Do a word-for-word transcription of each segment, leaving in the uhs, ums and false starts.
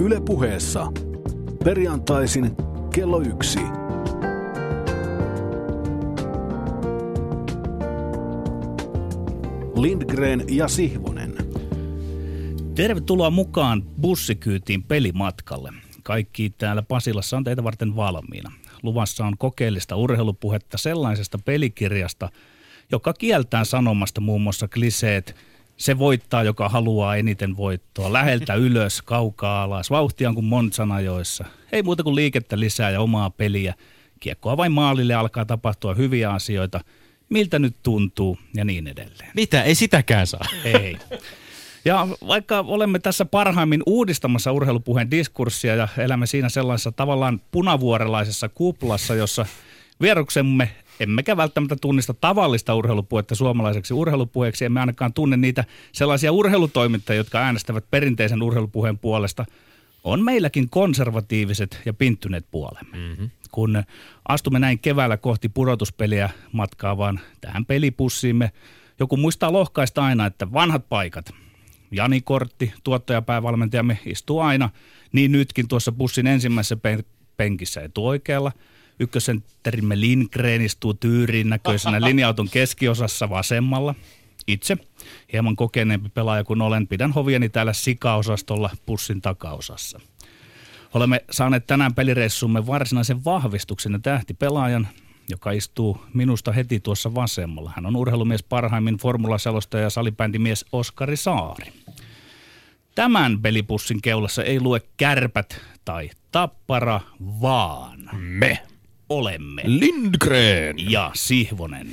Yle Puheessa. Perjantaisin kello yksi. Lindgren ja Sihvonen. Tervetuloa mukaan bussikyytiin pelimatkalle. Kaikki täällä Pasilassa on teitä varten valmiina. Luvassa on kokeellista urheilupuhetta sellaisesta pelikirjasta, joka kieltää sanomasta muun muassa kliseet. Se voittaa, joka haluaa eniten voittoa. Läheltä ylös, kaukaa alas. Vauhtia on kuin Monzan ajoissa. Ei muuta kuin liikettä lisää ja omaa peliä. Kiekkoa vain maalille, alkaa tapahtua hyviä asioita. Miltä nyt tuntuu ja niin edelleen. Mitä? Ei sitäkään saa. Ei. Ja vaikka olemme tässä parhaimmin uudistamassa urheilupuheen diskurssia ja elämme siinä sellaisessa tavallaan punavuorelaisessa kuplassa, jossa vieruksemme emmekä välttämättä tunnista tavallista urheilupuhetta suomalaiseksi urheilupuheeksi, emme ainakaan tunne niitä sellaisia urheilutoimittajia, jotka äänestävät perinteisen urheilupuheen puolesta, on meilläkin konservatiiviset ja pinttyneet puolemme. Mm-hmm. Kun astumme näin keväällä kohti pudotuspeliä matkaavaan tähän pelipussiimme, joku muistaa lohkaista aina, että vanhat paikat. Jani Kortti, tuottajapäävalmentajamme, istuu aina, niin nytkin tuossa bussin ensimmäisessä pen- penkissä etuoikealla. Ykkösentterimme Lindgren istuu tyyriin näköisenä linja-auton keskiosassa vasemmalla. Itse, hieman kokeneempi pelaaja kuin olen, pidän hovieni täällä sikaosastolla bussin takaosassa. Olemme saaneet tänään pelireissumme varsinaisen vahvistuksen ja tähtipelaajan, joka istuu minusta heti tuossa vasemmalla. Hän on urheilumies parhaimmin formulaselostaja ja salibändimies Oskari Saari. Tämän pelipussin keulassa ei lue Kärpät tai Tappara, vaan me olemme Lindgren ja Sihvonen.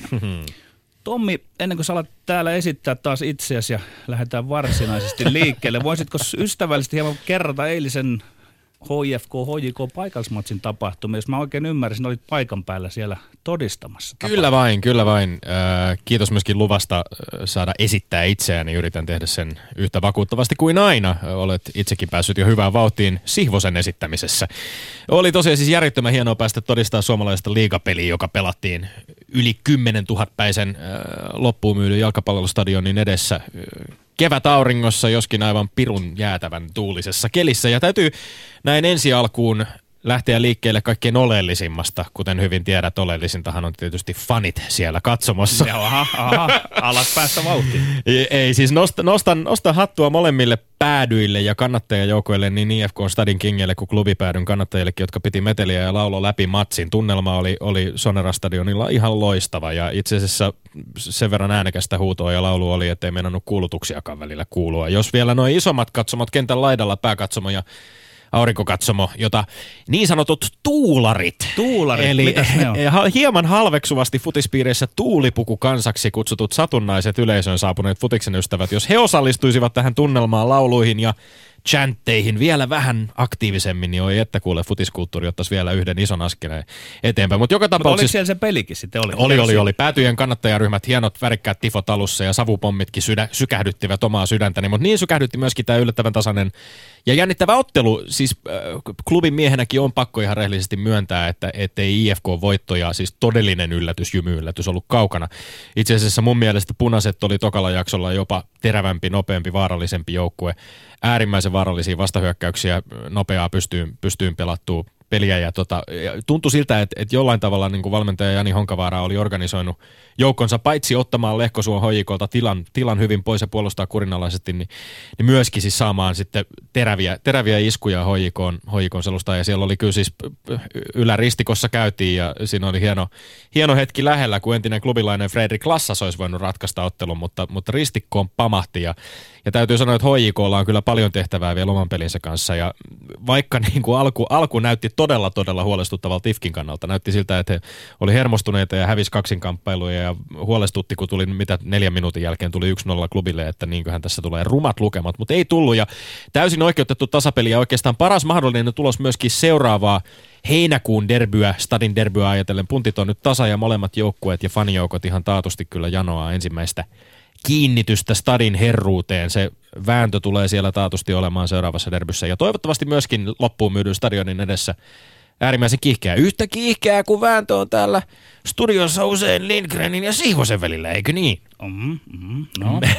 Tommi, ennen kuin sä alat täällä esittää taas itseäsi ja lähdetään varsinaisesti liikkeelle, voisitko ystävällisesti hieman kerrata eilisen H I F K H J K paikallismatsin tapahtumia, jos mä oikein ymmärsin, olit paikan päällä siellä todistamassa. Kyllä vain, kyllä vain. Äh, kiitos myöskin luvasta saada esittää itseäni. Yritän tehdä sen yhtä vakuuttavasti kuin aina. Olet itsekin päässyt jo hyvään vauhtiin Sihvosen esittämisessä. Oli tosiaan siis järjettömän hienoa päästä todistaa suomalaista liigapeliä, joka pelattiin yli kymmenen tuhat päisen äh, loppuun myydyn jalkapallostadionin edessä äh, kevätauringossa, joskin aivan pirun jäätävän tuulisessa kelissä. Ja täytyy näin ensi alkuun lähteä liikkeelle kaikkein oleellisimmasta. Kuten hyvin tiedät, oleellisintahan on tietysti fanit siellä katsomossa. Joo, aha, aha, alas päästä vauhtiin. Ei, ei siis nostan, nostan, nostan hattua molemmille päädyille ja kannattajajoukoille, niin I F K Stadin Kingeille kuin klubipäädyn kannattajillekin, jotka piti meteliä ja laulo läpi matsin. Tunnelma oli, oli Sonera-stadionilla ihan loistava ja itse asiassa sen verran äänekästä huutoa ja laulu oli, ettei meinannut kuulutuksiakaan välillä kuulua. Jos vielä nuo isommat katsomot kentän laidalla, pääkatsomo ja aurinkokatsomo, jota niin sanotut tuularit, tuularit eli mitäs ne on? Hieman halveksuvasti futispiireissä tuulipuku kansaksi kutsutut satunnaiset yleisöön saapuneet futiksen ystävät, jos he osallistuisivat tähän tunnelmaan, lauluihin ja chantteihin vielä vähän aktiivisemmin, niin oi että kuule, futiskulttuuri ottaisi vielä yhden ison askeleen eteenpäin. Mutta joka tapauksessa... Oliko siellä se pelikin sitten? Oli, oli, oli, oli. Päätyjen kannattajaryhmät, hienot värikkäät tifot alussa ja savupommitkin sydä, sykähdyttivät omaa sydäntäni, mutta niin sykähdytti myöskin tämä yllättävän tasainen ja jännittävä ottelu. Siis äh, klubin miehenäkin on pakko ihan rehellisesti myöntää, että ettei I F K-voittoja, siis todellinen yllätys, jymyyllätys ollut kaukana. Itse asiassa mun mielestä punaiset oli tokalla jaksolla jopa terävämpi, nopeampi, vaarallisempi joukkue. Äärimmäisen vaarallisia vastahyökkäyksiä, nopeaa pystyyn, pystyyn pelattua peliä. Ja tota, ja tuntui siltä, että, että jollain tavalla niin kuin valmentaja Jani Honkavaara oli organisoinut joukkonsa paitsi ottamaan Lehkosuon H J K:lta tilan, tilan hyvin pois ja puolustaa kurinalaisesti, niin, niin myöskin siis saamaan sitten teräviä, teräviä iskuja H J K:n, H J K:n selustaa. Ja siellä oli kyllä siis yläristikossa käytiin ja siinä oli hieno, hieno hetki lähellä, kun entinen klubilainen Fredrik Lassas olisi voinut ratkaista ottelun, mutta, mutta ristikkoon pamahti ja Ja täytyy sanoa, että H J K:lla on kyllä paljon tehtävää vielä oman pelinsä kanssa. Ja vaikka niin kuin alku, alku näytti todella, todella huolestuttavalta I F K:n kannalta. Näytti siltä, että he oli hermostuneita ja hävisi kaksinkamppailuja ja huolestutti, kun tuli mitä neljän minuutin jälkeen tuli yksi nolla klubille, että niinköhän tässä tulee rumat lukemat. Mutta ei tullut ja täysin oikeutettu tasapeli ja oikeastaan paras mahdollinen tulos myöskin seuraavaa heinäkuun derbyä, Stadin derbyä ajatellen. Puntit on nyt tasa ja molemmat joukkueet ja fanijoukot ihan taatusti kyllä janoaa ensimmäistä kiinnitystä Stadin herruuteen. Se vääntö tulee siellä taatusti olemaan seuraavassa derbyssä ja toivottavasti myöskin loppuun myydyn stadionin edessä äärimmäisen kiihkeää. Yhtä kiihkeää kuin vääntö on täällä studiossa usein Lindgrenin ja Sihvosen välillä, eikö niin? Mm, mm, no.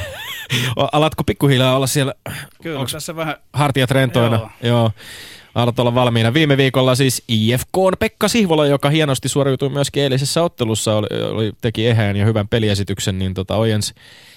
Alatko pikkuhiljaa olla siellä? Kyllä, tässä vähän... Hartiat rentoina. Joo. Joo. Alat olla valmiina. Viime viikolla siis I F K:n Pekka Sihvola, joka hienosti suoriutui myöskin eilisessä ottelussa, oli, oli, teki eheän ja hyvän peliesityksen, niin tota, ojensi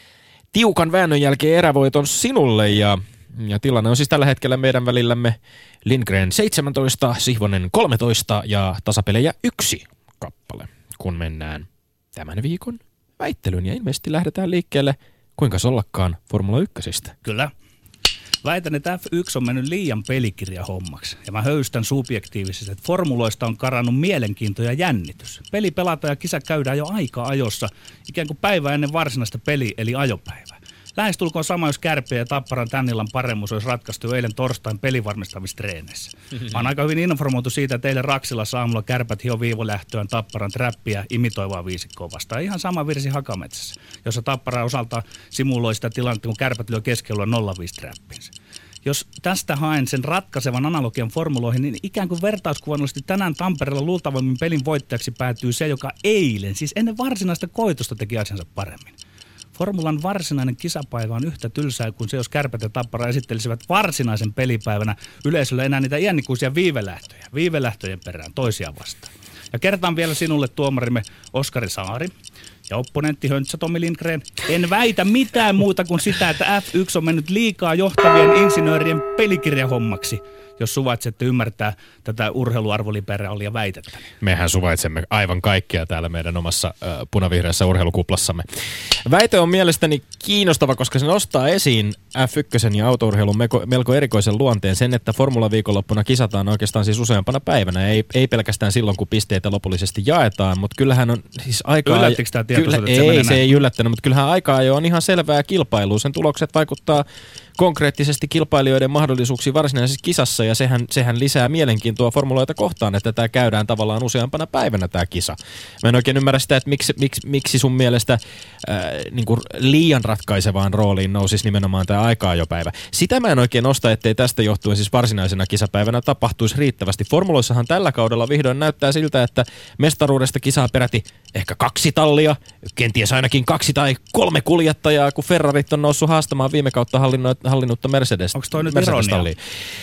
tiukan väännön jälkeen erävoiton sinulle. Ja, ja tilanne on siis tällä hetkellä meidän välillämme Lindgren seitsemäntoista, Sihvonen kolmetoista ja tasapelejä yksi kappale, kun mennään tämän viikon väittelyyn. Ja ilmeisesti lähdetään liikkeelle, kuinka ollakaan Formula ykkösistä. Kyllä. Väitän, että F yksi on mennyt liian pelikirjahommaksi. Ja mä höystän subjektiivisesti, että formuloista on karannut mielenkiinto ja jännitys. Peli pelataan ja kisa käydään jo aika ajossa, ikään kuin päivä ennen varsinaista peli eli ajopäivää. Lähestulkoon sama, jos Kärpien ja Tapparan tän illan paremmuus olisi ratkaistu eilen torstain pelivarmistavissa treeneissä. Mä oon aika hyvin informoitu siitä, että eilen Raksilassa aamulla Kärpät hio viivolähtöön Tapparan träppiä imitoivaa viisikkoa vastaan. Ihan sama virsi Hakametsässä, jossa Tappara osalta simuloi sitä tilannetta, kun Kärpät lyö keskellä nolla viisi träppinsä. Jos tästä haen sen ratkaisevan analogian formuloihin, niin ikään kuin vertauskuvallisesti tänään Tampereella luultavammin pelin voittajaksi päätyy se, joka eilen, siis ennen varsinaista koitosta teki asiansa paremmin. Formulan varsinainen kisapäivä on yhtä tylsää kuin se, jos Kärpät ja Tappara esittelisivät varsinaisen pelipäivänä yleisölle enää niitä iänikuisia viivelähtöjä, viivelähtöjen perään toisiaan vastaan. Ja kertaan vielä sinulle tuomarimme Oskari Saari ja opponentti Höntsä Tomi Lindgren. En väitä mitään muuta kuin sitä, että F yksi on mennyt liikaa johtavien insinöörien pelikirjahommaksi, jos suvaitsette ymmärtää tätä urheiluarvoliberaalia väitettä. Mehän suvaitsemme aivan kaikkea täällä meidän omassa äh, punavihreässä urheilukuplassamme. Väite on mielestäni kiinnostava, koska se nostaa esiin F yksi ja autourheilun melko, melko erikoisen luonteen sen, että Formula-viikonloppuna kisataan oikeastaan siis useampana päivänä. Ei, ei pelkästään silloin, kun pisteitä lopullisesti jaetaan, mutta kyllähän on siis aikaa... Yllättikö tämä tietoisuus, kyllä, että se ei, se ei yllättänyt, mutta kyllähän aikaa jo on ihan selvää kilpailua. Sen tulokset vaikuttaa konkreettisesti kilpailijoiden mahdollisuuksiin varsinaisessa kisassa, ja sehän, sehän lisää mielenkiintoa formuloita kohtaan, että tämä käydään tavallaan useampana päivänä tämä kisa. Mä en oikein ymmärrä sitä, että miksi, miksi, miksi sun mielestä ää, niin kuin liian ratkaisevaan rooliin nousisi nimenomaan tämä aika-ajopäivä. Sitä mä en oikein osta, ettei tästä johtuen siis varsinaisena kisapäivänä tapahtuisi riittävästi. Formuloissahan tällä kaudella vihdoin näyttää siltä, että mestaruudesta kisaa peräti ehkä kaksi tallia, kenties ainakin kaksi tai kolme kuljettajaa, kun Ferrarit on noussut haastamaan viime kautta hallinnutta Mercedes. Onko toi nyt Mercedes-tallia.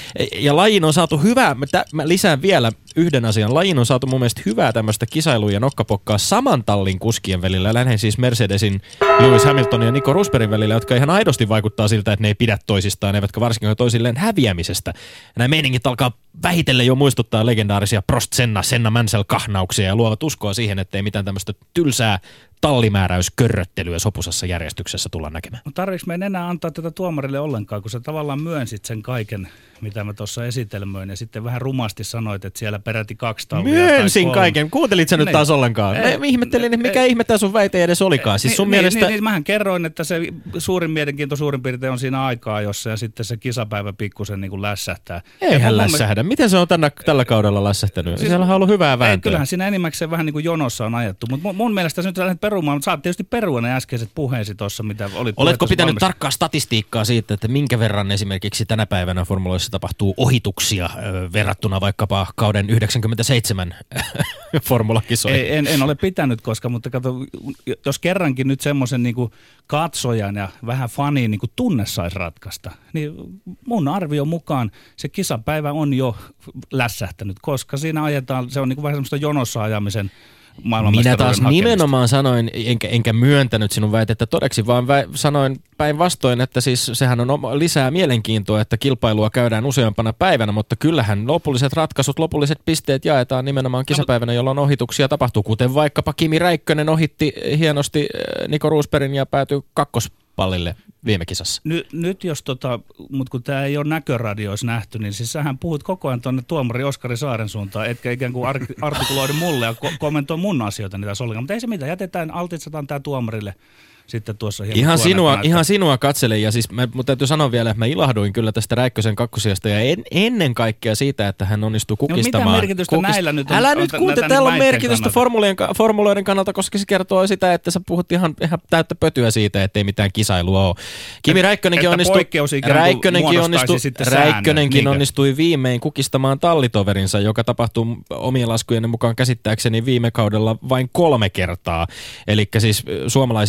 Ja lajin on saatu hyvää, mä, tä, mä lisään vielä yhden asian, lajin on saatu mun mielestä hyvää tämmöistä kisailuja ja nokkapokkaa saman tallin kuskien välillä, lähinnä siis Mercedesin Lewis Hamiltonin ja Nico Rosbergin välillä, jotka ihan aidosti vaikuttaa siltä, että ne ei pidä toisistaan, eivätkä varsinkin toisilleen häviämisestä. Nämä meiningit alkaa vähitellen jo muistuttaa legendaarisia Prost Senna, Senna Mansell kahnauksia ja luovat uskoa siihen, että ei mitään tämmöistä tylsää tallimääräyskörröttelyä sopusassa järjestyksessä tulla näkemään. No tarviiko meidän enää antaa tätä tuomarille ollenkaan, kun sä tavallaan myönsit sen kaiken, mitä mä tuossa esitelmöin, ja sitten vähän rumasti sanoit, että siellä peräti kaksi tallia. Myönsin kaiken. Kuuntelit sä nyt taas ollenkaan? Mä ihmettelin, että mikä ihme tämä sun väite edes olikaan. Siis sun niin, mielestä... Niin, niin, mähän kerroin, että se suurin mielenkiinto suurin piirtein on siinä aikaa, jossa ja sitten se kisapäivä pikkusen niin kuin lässähtää. Eihän lässähdä. Miten se on tänä, tällä kaudella lässähtänyt? Siis, siellä on ollut hyvää vääntöä. Kyllähän siinä enimmäkseen vähän niin kuin jonossa on ajettu, mutta mun mielestä se nyt lähdet perumaan, mutta sä oot tietysti perua ne äskeiset puheesi tuossa, mitä olit. Oletko pitänyt valmis... tarkkaa statistiikkaa siitä, että minkä verran esimerkiksi tänä päivänä formuloissa tapahtuu ohituksia verrattuna vaikkapa kauden yhdeksänkymmentäseitsemän formulakisoihin? Ei, en, en ole pitänyt, koska mutta kato, jos kerrankin nyt semmoisen niin kuin katsojan ja vähän faniin niin kuin tunne saisi ratkaista, niin mun arvion mukaan se kisapäivä on jo lässähtänyt, koska siinä ajetaan, se on niin kuin vähän semmoista jonossa ajamisen Minä taas hakemista. Nimenomaan sanoin, enkä, enkä myöntänyt sinun väitettä todeksi, vaan vä, sanoin päinvastoin, että siis sehän on oma, lisää mielenkiintoa, että kilpailua käydään useampana päivänä, mutta kyllähän lopulliset ratkaisut, lopulliset pisteet jaetaan nimenomaan kisapäivänä, jolloin ohituksia tapahtuu, kuten vaikkapa Kimi Räikkönen ohitti hienosti Nico Rosbergin ja päätyi kakkospallille viime kisassa. Ny, nyt jos tota, mutta kun tämä ei ole näköradioissa nähty, niin siis sähän puhut koko ajan tuonne tuomari Oskari Saaren suuntaan, etkä ikään kuin artikuloida mulle ja ko- kommentoi mun asioita niitä ollenkaan. Mutta ei se mitään, jätetään, altitsetaan tämä tuomarille sitten tuossa hieman. Ihan sinua, ihan sinua katselen, ja siis mä, mun täytyy sanoa vielä, että mä ilahduin kyllä tästä Räikkösen kakkosijasta ja en, ennen kaikkea siitä, että hän onnistuu kukistamaan. No mitä merkitystä Kukist... näillä nyt on? Älä nyt kuunte, täällä on merkitystä formuloiden kannalta, koska se kertoo sitä, että sä puhut ihan, ihan täyttä pötyä siitä, ettei mitään kisailua ole. Kimi Räikkönenkin onnistui, Räikkönenkin onnistui, Räikkönenkin onnistui viimein kukistamaan tallitoverinsa, joka tapahtuu omien laskujen mukaan käsittääkseni viime kaudella vain kolme kertaa. Eli siis suomalaisittainkin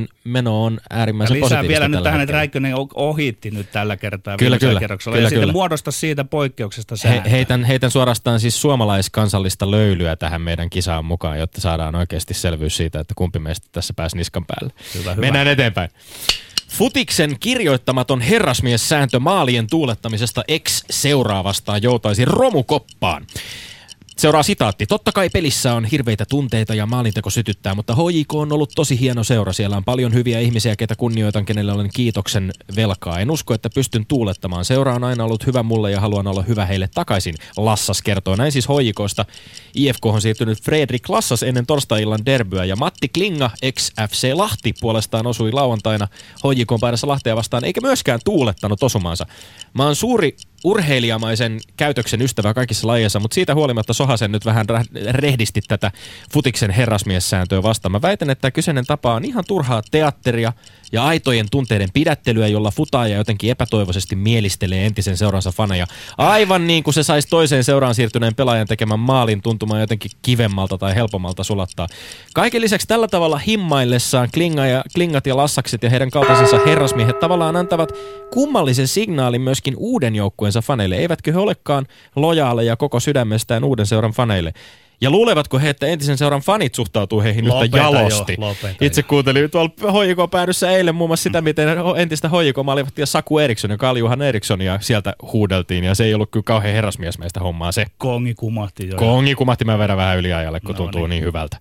niin meno on äärimmäisen ja positiivista vielä nyt tähän, hetkellä. että Räikkönen ohitti nyt tällä kertaa Kyllä, kyllä. kerroksella. Kyllä, ja kyllä. sitten muodosta siitä poikkeuksesta sääntö. He, heitän, heitän suorastaan siis suomalaiskansallista löylyä tähän meidän kisaan mukaan, jotta saadaan oikeasti selvyys siitä, että kumpi meistä tässä pääsi niskan päälle. Hyvä, hyvä. Mennään eteenpäin. Futiksen kirjoittamaton herrasmiessääntö maalien tuulettamisesta ex-seuraa vastaan joutaisi romukoppaan. Seuraa sitaatti. Totta kai pelissä on hirveitä tunteita ja maalinteko sytyttää, mutta H J K on ollut tosi hieno seura. Siellä on paljon hyviä ihmisiä, ketä kunnioitan, kenelle olen kiitoksen velkaa. En usko, että pystyn tuulettamaan. Seura on aina ollut hyvä mulle ja haluan olla hyvä heille takaisin. Lassas kertoo. Näin siis H J K:sta. I F K on siirtynyt Fredrik Lassas ennen torstai-illan derbyä ja Matti Klinga, ex-F C Lahti, puolestaan osui lauantaina H J K:n paidassa Lahtea vastaan, eikä myöskään tuulettanut osumaansa. Mä oon suuri urheilijamaisen käytöksen ystävä kaikissa lajeissa, mutta siitä huolimatta Sohasen nyt vähän rehdisti tätä Futiksen herrasmiessääntöä vastaan. Mä väitän, että kyseinen tapa on ihan turhaa teatteria ja aitojen tunteiden pidättelyä, jolla futaaja jotenkin epätoivoisesti mielistelee entisen seuransa faneja. Aivan niin kuin se saisi toiseen seuraan siirtyneen pelaajan tekemän maalin tuntumaan jotenkin kivemmalta tai helpommalta sulattaa. Kaiken lisäksi tällä tavalla himmaillessaan Klinga ja, Klingat ja Lassakset ja heidän kaltaisensa herrasmiehet tavallaan antavat kummallisen signaalin myöskin uuden joukkueensa faneille. Eivätkö he olekaan lojaaleja koko sydämestään uuden seuran faneille? Ja luulevatko he, että entisen seuran fanit suhtautuu heihin lopeta yhtä jalosti? Jo, lopeta Itse jo. kuuntelin tuolla H J K-päädyssä eilen muun muassa sitä, miten entistä H J K-maalivahtia Saku Eriksson ja Karl-Johan Erikssonia sieltä huudeltiin. Ja se ei ollut kyllä kauhean herrasmiesmäistä hommaa se. Kongi kumahti jo. Kongi kumahti, mä vedän vähän yliajalle, kun No tuntuu niin. niin hyvältä.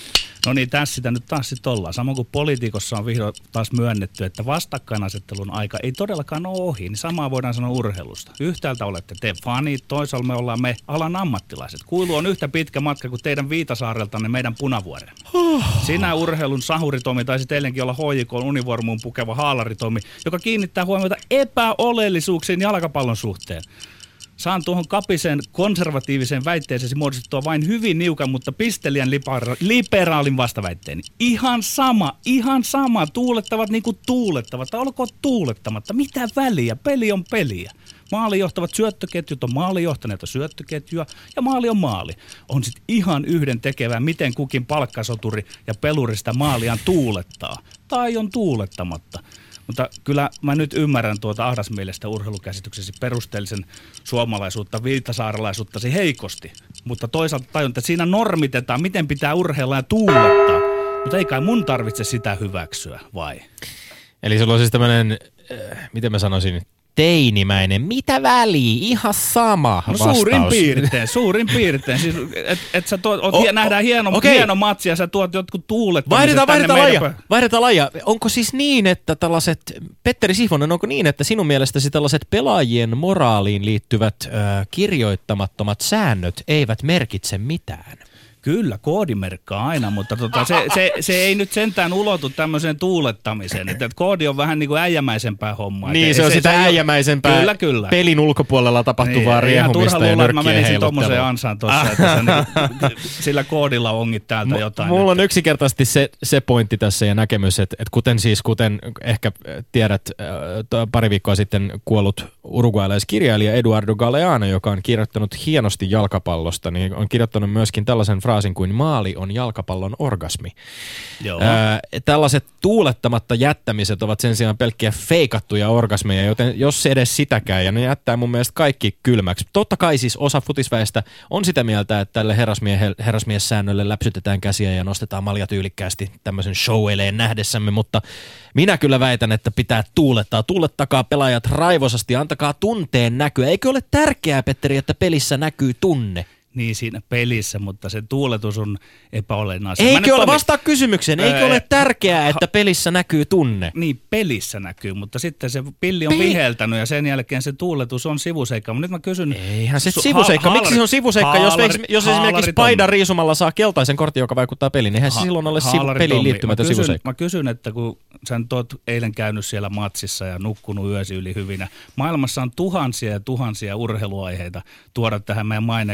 No niin, tässä sitä nyt taas sitten ollaan. Samoin kuin politiikossa on vihdoin taas myönnetty, että vastakkainasettelun aika ei todellakaan ole ohi, niin samaa voidaan sanoa urheilusta. Yhtäältä olette te fanit, toisaalta me ollaan me alan ammattilaiset. Kuilu on yhtä pitkä matka kuin teidän Viitasaareltanne meidän Punavuoreen. Sinä urheilun sahuritoimi taisi teillenkin olla H J K:n univormuun pukeva haalaritoimi, joka kiinnittää huomiota epäolellisuuksiin jalkapallon suhteen. Saan tuohon kapisen konservatiiviseen väitteeseesi muodostettua vain hyvin niukan, mutta pisteliän libera- liberaalin vastaväitteeni. Ihan sama, ihan sama. Tuulettavat niin kuin tuulettavat. Tai olkoon tuulettamatta. Mitä väliä? Peli on peliä. Maalijohtavat syöttöketjut on maalijohtaneita syöttöketjua ja maali on maali. On sitten ihan yhden tekevää, miten kukin palkkasoturi ja pelurista maaliaan tuulettaa. Tai on tuulettamatta. Mutta kyllä mä nyt ymmärrän tuota ahdasmielestä urheilukäsityksesi perusteellisen suomalaisuutta, viitasaarelaisuuttasi heikosti. Mutta toisaalta tajun, että siinä normitetaan, miten pitää urheilla ja tuulettaa. Mutta ei kai mun tarvitse sitä hyväksyä, vai? Eli sulla on siis tämmönen, äh, miten mä sanoisin, teinimäinen. Mitä väliä? Ihan sama No vastaus. suurin piirtein, suurin piirtein. Siis, et, et sä tuot, oot, O- o, nähdään hieno, okei. hieno matsi ja sä tuot jotkut tuulettamiset Vaihdetaan, tänne vaihdetaan lajia. meidän pö- Vaihdetaan lajia. Onko siis niin, että tällaiset, Petteri Sihvonen, onko niin, että sinun mielestäsi tällaiset pelaajien moraaliin liittyvät ö, kirjoittamattomat säännöt eivät merkitse mitään? Kyllä, koodi merkkaa aina, mutta tota, se, se, se ei nyt sentään ulotu tämmöiseen tuulettamiseen. Että et koodi on vähän niin kuin äijämäisempää hommaa. Niin, Et se on se, sitä se ei äijämäisempää kyllä, kyllä. pelin ulkopuolella tapahtuvaa niin, ihan turha riehumista ja luulla, että mä nyrkkien menisin tommoseen heiluttelua. ansaan tuossa, että sä niin, sillä koodilla ongit täältä M- jotain. Mulla on nyt. yksinkertaisesti se, se pointti tässä ja näkemys, että, että kuten siis, kuten ehkä tiedät, äh, pari viikkoa sitten kuollut uruguailaiskirjailija Eduardo Galeano, joka on kirjoittanut hienosti jalkapallosta, niin on kirjoittanut myöskin tällaisen fraasin kuin maali on jalkapallon orgasmi. Joo. Ää, tällaiset tuulettamatta jättämiset ovat sen sijaan pelkkiä feikattuja orgasmeja, joten jos edes sitäkään, ja ne jättää mun mielestä kaikki kylmäksi. Totta kai siis osa futisväestä on sitä mieltä, että tälle herrasmie- herrasmiessäännölle läpsytetään käsiä ja nostetaan malja tyylikkäästi tämmöisen show-eleen nähdessämme, mutta minä kyllä väitän, että pitää tuulettaa. Tuulettakaa pelaajat raivosasti, antakaa tunteen näkyä. Eikö ole tärkeää, Petteri, että pelissä näkyy tunne? Niin siinä pelissä, mutta se tuuletus on epäolennaista. Eikö ole, vastaa kysymykseen, eikö ole tärkeää, että pelissä näkyy tunne? Niin, pelissä näkyy, mutta sitten se pilli on Peli- viheltänyt ja sen jälkeen se tuuletus on sivuseikka. Mutta nyt mä kysyn... Eihän se Su- sivuseikka. ha- Miksi se on sivuseikka, jos, haalari- veiks- jos esimerkiksi haalari paidan Tommi. riisumalla saa keltaisen kortin, joka vaikuttaa peliin, niin eihän se Ha- silloin ole sivu- haalari peliin Tommi, liittymätön mä kysyn, sivuseikka. Mä kysyn, että kun sä nyt oot eilen käynyt siellä matsissa ja nukkunut yösi yli hyvinä, maailmassa on tuhansia ja tuhansia urheiluaiheita tuoda tähän meidän mainekkaaseen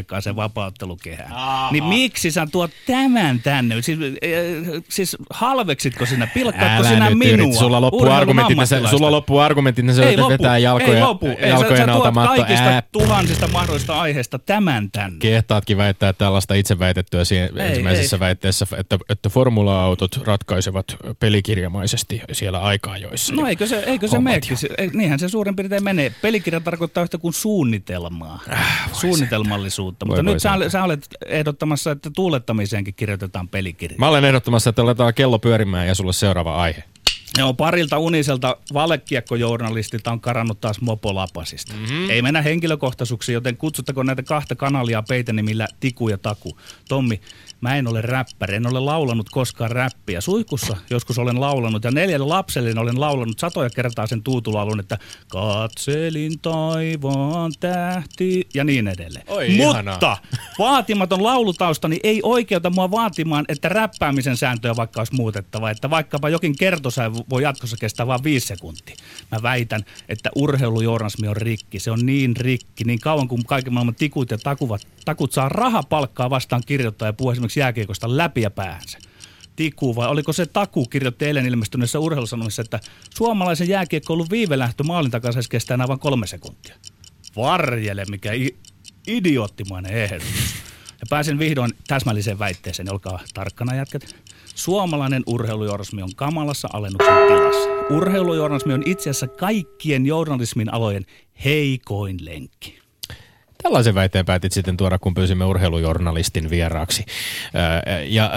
vapaaottelukehään. Niin miksi sä tuot tämän tänne? Siis, siis halveksitko sinä? Pilkkaatko Älä sinä nyt minua? Yrit. Sulla loppuu argumentit, ne se, sulla loppuu argumentit, ne se ei vetää jalkoja, ei lopu. jalkojen alta matto. Sä tuot kaikista tuhansista mahdollisista aiheista tämän tänne. Kehtaatkin väittää tällaista itse väitettyä siihen ei, ensimmäisessä ei. väitteessä, että, että formula-autot ratkaisevat pelikirjamaisesti siellä aika-ajoissa. No eikö se, eikö se meekki? Niinhän se suurin piirtein menee. Pelikirja tarkoittaa yhtä kuin suunnitelmaa, äh, suunnitelmallisuutta. Mutta voi nyt sä, sä olet ehdottamassa, että tuulettamiseenkin kirjoitetaan pelikirja. Mä olen ehdottamassa, että aletaan kello pyörimään ja sulle seuraava aihe. Joo, parilta uniselta valekiekkojournalistilta on karannut taas mopolapasista. Mm-hmm. Ei mennä henkilökohtaisuuksiin, joten kutsuttako näitä kahta kanalia peitenimillä Tiku ja Taku. Tommi, mä en ole räppäri, en ole laulanut koskaan räppiä. Suihkussa joskus olen laulanut ja neljälle lapselle olen laulanut satoja kertaa sen tuutulaulun, että katselin taivaan tähti ja niin edelleen. Oi, mutta ihanaa. Vaatimaton laulutaustani ei oikeuta mua vaatimaan, että räppäämisen sääntöjä vaikka olisi muutettava, että vaikkapa jokin kertosäe voi jatkossa kestää vain viisi sekuntia. Mä väitän, että urheilujournalismi on rikki. Se on niin rikki, niin kauan kuin kaiken maailman tikut ja takuvat, takut saa rahapalkkaa vastaan kirjoittaa ja puhua esimerkiksi jääkiekosta läpi ja päähänsä. Tiku vai oliko se Taku kirjoitti eilen ilmestyneessä urheilusanomissa, että suomalaisen jääkiekkoilun viivelähtö maalin takaisin kestää enää vain kolme sekuntia. Varjele, mikä i- idioottimainen ehdotus. Ja pääsin vihdoin täsmälliseen väitteeseen, olkaa tarkkana jätkät. Suomalainen urheilujournalismi on kamalassa alennuksen tilassa. Urheilujournalismi on itse asiassa kaikkien journalismin alojen heikoin lenkki. Tällaisen väitteen päätit sitten tuoda, kun pyysimme urheilujournalistin vieraaksi. Ja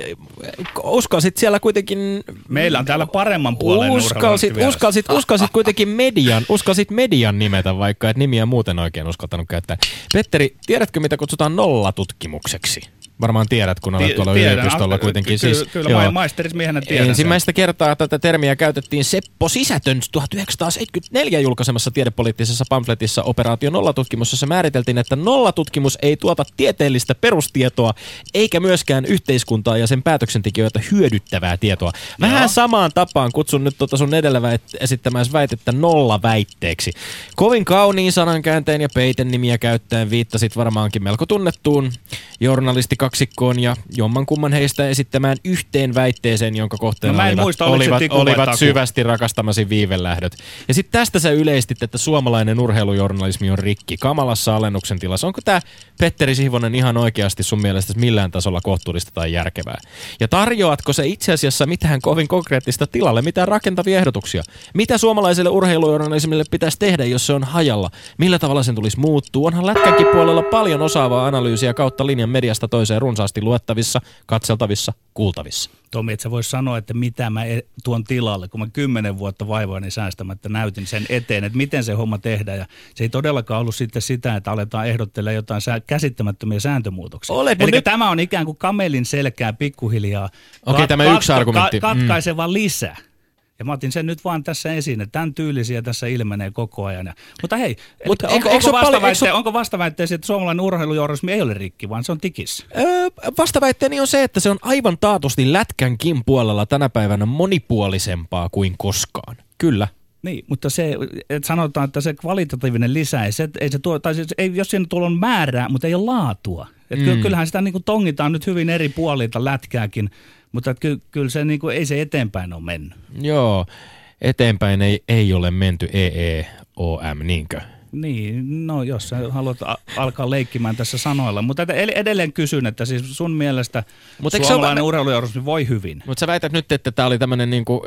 uskalsit siellä kuitenkin... Meillä on täällä paremman puolen uskalsit, uskalsit, uskalsit kuitenkin median, uskalsit median nimetä, vaikka et nimiä muuten oikein uskaltanut käyttää. Petteri, tiedätkö mitä kutsutaan nollatutkimukseksi? Varmaan tiedät, kun olet tuolla tiedän, yliopistolla kuitenkin. Kyllä, siis, kyllä joo, maisterismiehenä tiedän. Ensimmäistä kertaa tätä termiä käytettiin Seppo Sisätön tuhatyhdeksänsataaseitsemänkymmentäneljä julkaisemassa tiedepoliittisessa pamfletissa Operaatio Nollatutkimus, jossa määriteltiin, että nollatutkimus ei tuota tieteellistä perustietoa eikä myöskään yhteiskuntaa ja sen päätöksentekijöitä hyödyttävää tietoa. Vähän joo. Samaan tapaan kutsun nyt tuota sun edellä väit- esittämässä väitettä nollaväitteeksi. Kovin kauniin sanankäänteen ja peitennimiä käyttäen viittasit varmaankin melko tunnettuun journalisti kaksikkoon ja jommankumman heistä esittämään yhteen väitteeseen, jonka kohteena no, olivat, muista, olivat, olivat syvästi rakastamasi viivelähdöt. Ja sitten tästä sä yleistit, että suomalainen urheilujournalismi on rikki, kamalassa alennuksen tilassa. Onko tämä Petteri Sihvonen ihan oikeasti sun mielestä millään tasolla kohtuullista tai järkevää? Ja tarjoatko se itse asiassa mitään kovin konkreettista tilalle, mitään rakentavia ehdotuksia? Mitä suomalaiselle urheilujournalismille pitäisi tehdä, jos se on hajalla? Millä tavalla sen tulisi muuttua? Onhan lätkänkin puolella paljon osaavaa analyysiä kautta linjan mediasta toiseen runsaasti luettavissa, katseltavissa, kuultavissa. Tomi, et sä vois sanoa, että mitä mä tuon tilalle, kun mä kymmenen vuotta vaivoani säästämättä näytin sen eteen, että miten se homma tehdään. Ja se ei todellakaan ollut sitten sitä, että aletaan ehdottelemaan jotain käsittämättömiä sääntömuutoksia. Olet, Eli nyt... tämä on ikään kuin kamelin selkää pikkuhiljaa. Okei, kat- tämä kat- yksi argumentti. Ka- katkaiseva mm. lisä. Ja mä otin sen nyt vaan tässä esiin, että tämän tyylisiä tässä ilmenee koko ajan. Mutta hei, Mutta onko, onko, vastaväitte- paljon, onko vastaväitteesi, että suomalainen urheilujournalismi ei ole rikki, vaan se on tikissä? Öö, vastaväitteeni on se, että se on aivan taatusti lätkänkin puolella tänä päivänä monipuolisempaa kuin koskaan. Kyllä. Niin, mutta se, että sanotaan, että se kvalitatiivinen lisä, ei se, ei se tuo, tai siis, ei, jos siinä tuolla on määrää, mutta ei ole laatua. Et mm. Kyllähän sitä niin kuin tongitaan nyt hyvin eri puolilta lätkääkin, mutta ky, kyllä se niin kuin, ei se eteenpäin ole mennyt. Joo, eteenpäin ei, ei ole menty E E O M, niinkö? Niin, no jos sä haluat a- alkaa leikkimään tässä sanoilla. Mutta edelleen kysyn, että siis sun mielestä Mut suomalainen on... urheilujournalismi voi hyvin. Mutta sä väität nyt, että tämä oli tämmöinen niinku,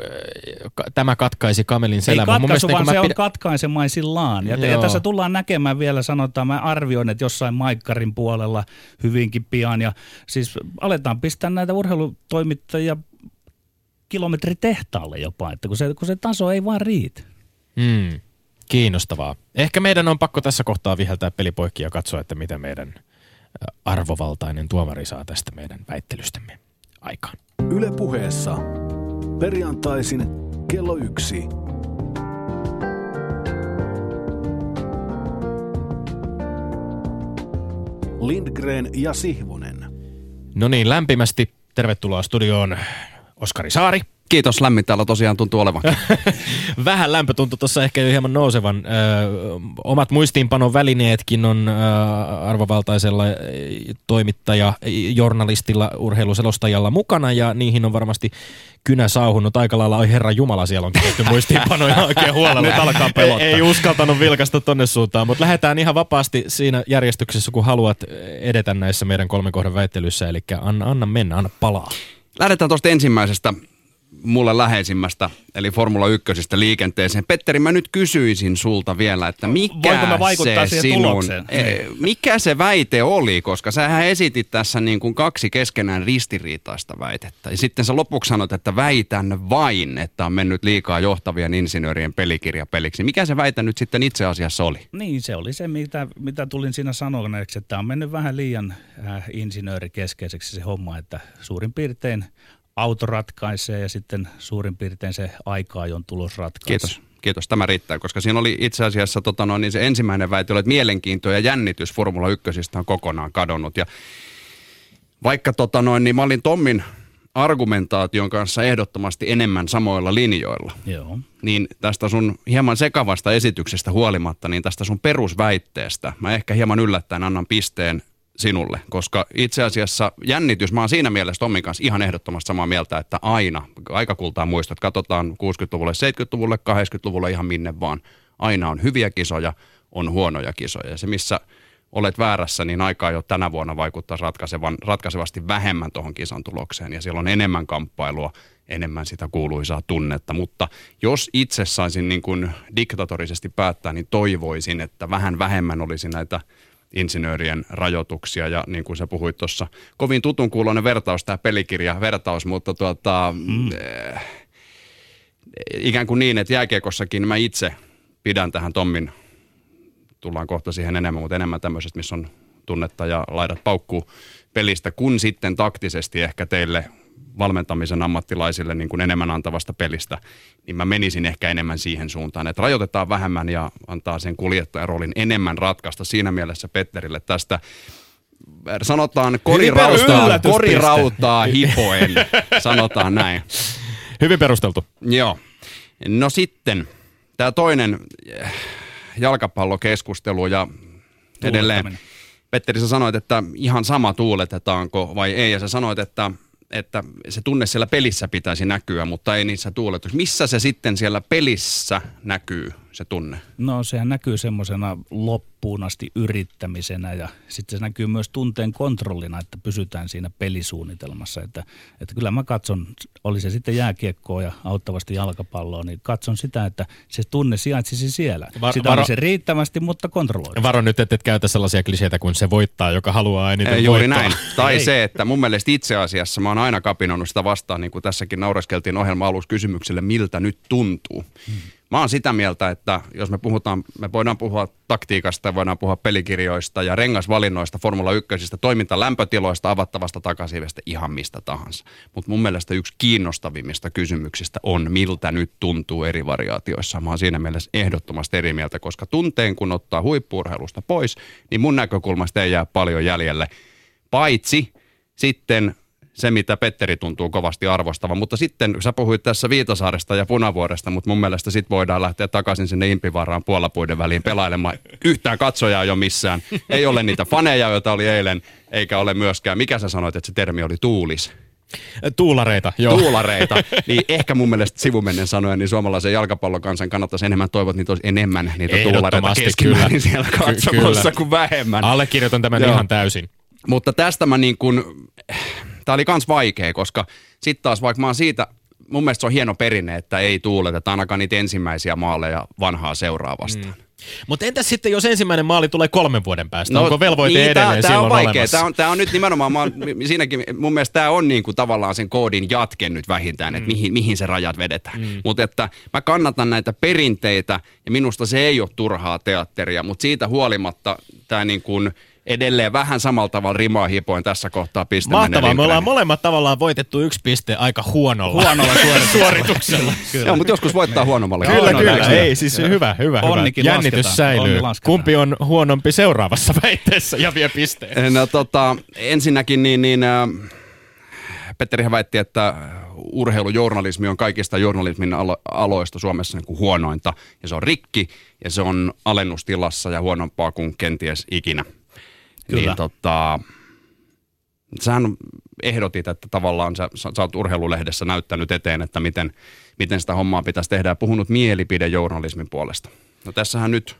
tämä katkaisi kamelin selän. Ei katkaisu, vaan se pidä... on katkaisemaisillaan. Ja, ja tässä tullaan näkemään vielä, sanotaan, mä arvioin, että jossain Maikkarin puolella hyvinkin pian. Ja siis aletaan pistää näitä urheilutoimittajia kilometritehtaalle jopa, että kun se, kun se taso ei vaan riitä. Hmm. Kiinnostavaa. Ehkä meidän on pakko tässä kohtaa viheltää pelipoikki ja katsoa, että mitä meidän arvovaltainen tuomari saa tästä meidän väittelystämme aikaan. Yle Puheessa. Perjantaisin kello yksi. Lindgren ja Sihvonen. No niin, lämpimästi tervetuloa studioon Oskari Saari. Kiitos, lämmin täällä tosiaan tuntuu olevan. Vähän lämpö tuntui tuossa ehkä jo hieman nousevan. Ö, omat muistiinpanon välineetkin on ö, arvovaltaisella toimittaja, journalistilla, urheiluselostajalla mukana ja niihin on varmasti kynä sauhunut aika lailla. Oi herra jumala, siellä on tehty muistiinpanoja oikein huolella. Nyt alkaa pelottaa. Ei, ei uskaltanut vilkasta tonne suuntaan, mutta lähdetään ihan vapaasti siinä järjestyksessä, kun haluat edetä näissä meidän kolmen kohdan väittelyissä. Eli anna, anna mennä, anna palaa. Lähdetään tuosta ensimmäisestä mulle läheisimmästä, eli Formula ykkösestä liikenteeseen. Petteri, mä nyt kysyisin sulta vielä, että mikä se sinun, mikä se väite oli, koska sähän esitit tässä niin kuin kaksi keskenään ristiriitaista väitettä. Ja sitten sä lopuksi sanoit, että väitän vain, että on mennyt liikaa johtavien insinöörien pelikirja peliksi. Mikä se väite nyt sitten itse asiassa oli? Niin, se oli se, mitä, mitä tulin siinä sanoneeksi, että on mennyt vähän liian äh, insinöörikeskeiseksi se homma, että suurin piirtein auto ratkaisee ja sitten suurin piirtein se aika-ajon tulos ratkaisee. Kiitos. Kiitos, tämä riittää, koska siinä oli itse asiassa tota noin, niin se ensimmäinen väite oli, että mielenkiinto ja jännitys Formula ykkösistä on kokonaan kadonnut. Ja vaikka tota noin, niin mä olin Tommin argumentaation kanssa ehdottomasti enemmän samoilla linjoilla, Joo. niin tästä sun hieman sekavasta esityksestä huolimatta, niin tästä sun perusväitteestä mä ehkä hieman yllättäen annan pisteen sinulle, koska itse asiassa jännitys, mä oon siinä mielessä Tommin kanssa ihan ehdottomasti samaa mieltä, että aina, aika kultaa muistot, katsotaan kuusikymmentäluvulle, seitsemänkymmentäluvulle, kahdeksankymmentäluvulle ihan minne vaan, aina on hyviä kisoja, on huonoja kisoja ja se missä olet väärässä, niin aikaa jo tänä vuonna vaikuttaa ratkaisevan, ratkaisevasti vähemmän tuohon kisan tulokseen ja siellä on enemmän kamppailua, enemmän sitä kuuluisaa tunnetta, mutta jos itse saisin niin kuin diktatorisesti päättää, niin toivoisin, että vähän vähemmän olisi näitä insinöörien rajoituksia ja niin kuin sä puhuit tuossa, kovin tutun kuuloinen vertaus, tämä pelikirja vertaus, mutta tuota, mm. äh, ikään kuin niin, että jääkiekossakin mä itse pidän tähän Tommin, tullaan kohta siihen enemmän, mutta enemmän tämmöisestä, missä on tunnetta ja laidat paukkuu pelistä, kun sitten taktisesti ehkä teille valmentamisen ammattilaisille niin kuin enemmän antavasta pelistä, niin mä menisin ehkä enemmän siihen suuntaan, että rajoitetaan vähemmän ja antaa sen kuljettajan roolin enemmän ratkaista siinä mielessä Petterille tästä, sanotaan korirautaa, korirautaa hipoen, sanotaan näin. Hyvin perusteltu. Joo. No sitten tämä toinen jalkapallokeskustelu ja edelleen. Petteri, sä sanoit, että ihan sama tuuletetaanko vai ei, ja sä sanoit, että että se tunne siellä pelissä pitäisi näkyä, mutta ei niissä tuuletuksissa. Missä se sitten siellä pelissä näkyy, se tunne? No sehän näkyy semmoisena loppuun asti yrittämisenä ja sitten se näkyy myös tunteen kontrollina, että pysytään siinä pelisuunnitelmassa. Että, että kyllä mä katson, oli se sitten jääkiekkoa ja auttavasti jalkapalloa, niin katson sitä, että se tunne sijaitsisi siellä. Var, sitä varo, olisi riittävästi, mutta kontrolloida. Varo nyt, että et käytä sellaisia kliseitä kuin se voittaa, joka haluaa eniten ei, juuri voittaa. Näin. Tai ei. Se, että mun mielestä itse asiassa mä oon aina kapinoinut sitä vastaan, niin kuin tässäkin naureskeltiin ohjelman alussa kysymykselle, miltä nyt tuntuu. Hmm. Mä oon sitä mieltä, että jos me puhutaan, me voidaan puhua taktiikasta, voidaan puhua pelikirjoista ja rengasvalinnoista, Formula ykkösistä, toimintalämpötiloista, avattavasta takasiivestä, ihan mistä tahansa. Mutta mun mielestä yksi kiinnostavimmista kysymyksistä on, miltä nyt tuntuu eri variaatioissa. Mä oon siinä mielessä ehdottomasti eri mieltä, koska tunteen kun ottaa huippu-urheilusta pois, niin mun näkökulmasta ei jää paljon jäljelle. Paitsi sitten se, mitä Petteri tuntuu kovasti arvostavan. Mutta sitten sä puhuit tässä Viitasaaresta ja Punavuoresta, mutta mun mielestä sit voidaan lähteä takaisin sinne Impivaaraan puolapuiden väliin pelailemaan. Yhtään katsojaa jo missään. Ei ole niitä faneja, joita oli eilen, eikä ole myöskään. Mikä sä sanoit, että se termi oli tuulis? Tuulareita, joo. Tuulareita. Niin ehkä mun mielestä sivumennen sanoen, niin suomalaisen jalkapallokansan kannattaisi enemmän toivoa, että niitä olisi enemmän niitä tuulareita keskimäärin siellä katsomossa kuin vähemmän. Allekirjoitan tämän joo. ihan täysin. Mutta tästä mä niin kuin, tää oli kans vaikea, koska sit taas vaikka mä oon siitä, mun mielestä se on hieno perinne, että ei tuuleteta ainakaan niitä ensimmäisiä maaleja vanhaa seuraa vastaan. Mm. Mutta entäs sitten, jos ensimmäinen maali tulee kolmen vuoden päästä? No, onko velvoite niin, edelleen tää, silloin tää on vaikea. olemassa? Tää on, tää on nyt nimenomaan, mä oon, siinäkin, mun mielestä tää on niinku tavallaan sen koodin jatke nyt vähintään, että mm. mihin, mihin se rajat vedetään. Mm. Mutta että mä kannatan näitä perinteitä ja minusta se ei ole turhaa teatteria, mutta siitä huolimatta tää niin kuin edelleen vähän samalla tavalla rimaa hipoin tässä kohtaa piste. Mahtavaa, me ollaan molemmat tavallaan voitettu yksi piste aika huonolla. Huonolla suorituksella. Joo, mutta joskus voittaa huonommalla. Kyllä, kyllä, kyllä. Ei, siis hyvä, hyvä, hyvä. Onnikin jännitys lasketaan. säilyy. Onni Kumpi on huonompi seuraavassa väitteessä ja vie pisteen? No tota, ensinnäkin niin, niin äh, Petterihän väitti, että urheilujournalismi on kaikista journalismin alo- aloista Suomessa niin kuin huonointa. Ja se on rikki ja se on alennustilassa ja huonompaa kuin kenties ikinä. Kyllä. Niin, tota, sähän ehdotit, että tavallaan sä, sä oot urheilulehdessä näyttänyt eteen, että miten, miten sitä hommaa pitäisi tehdä ja puhunut mielipidejournalismin puolesta. No tässähän nyt,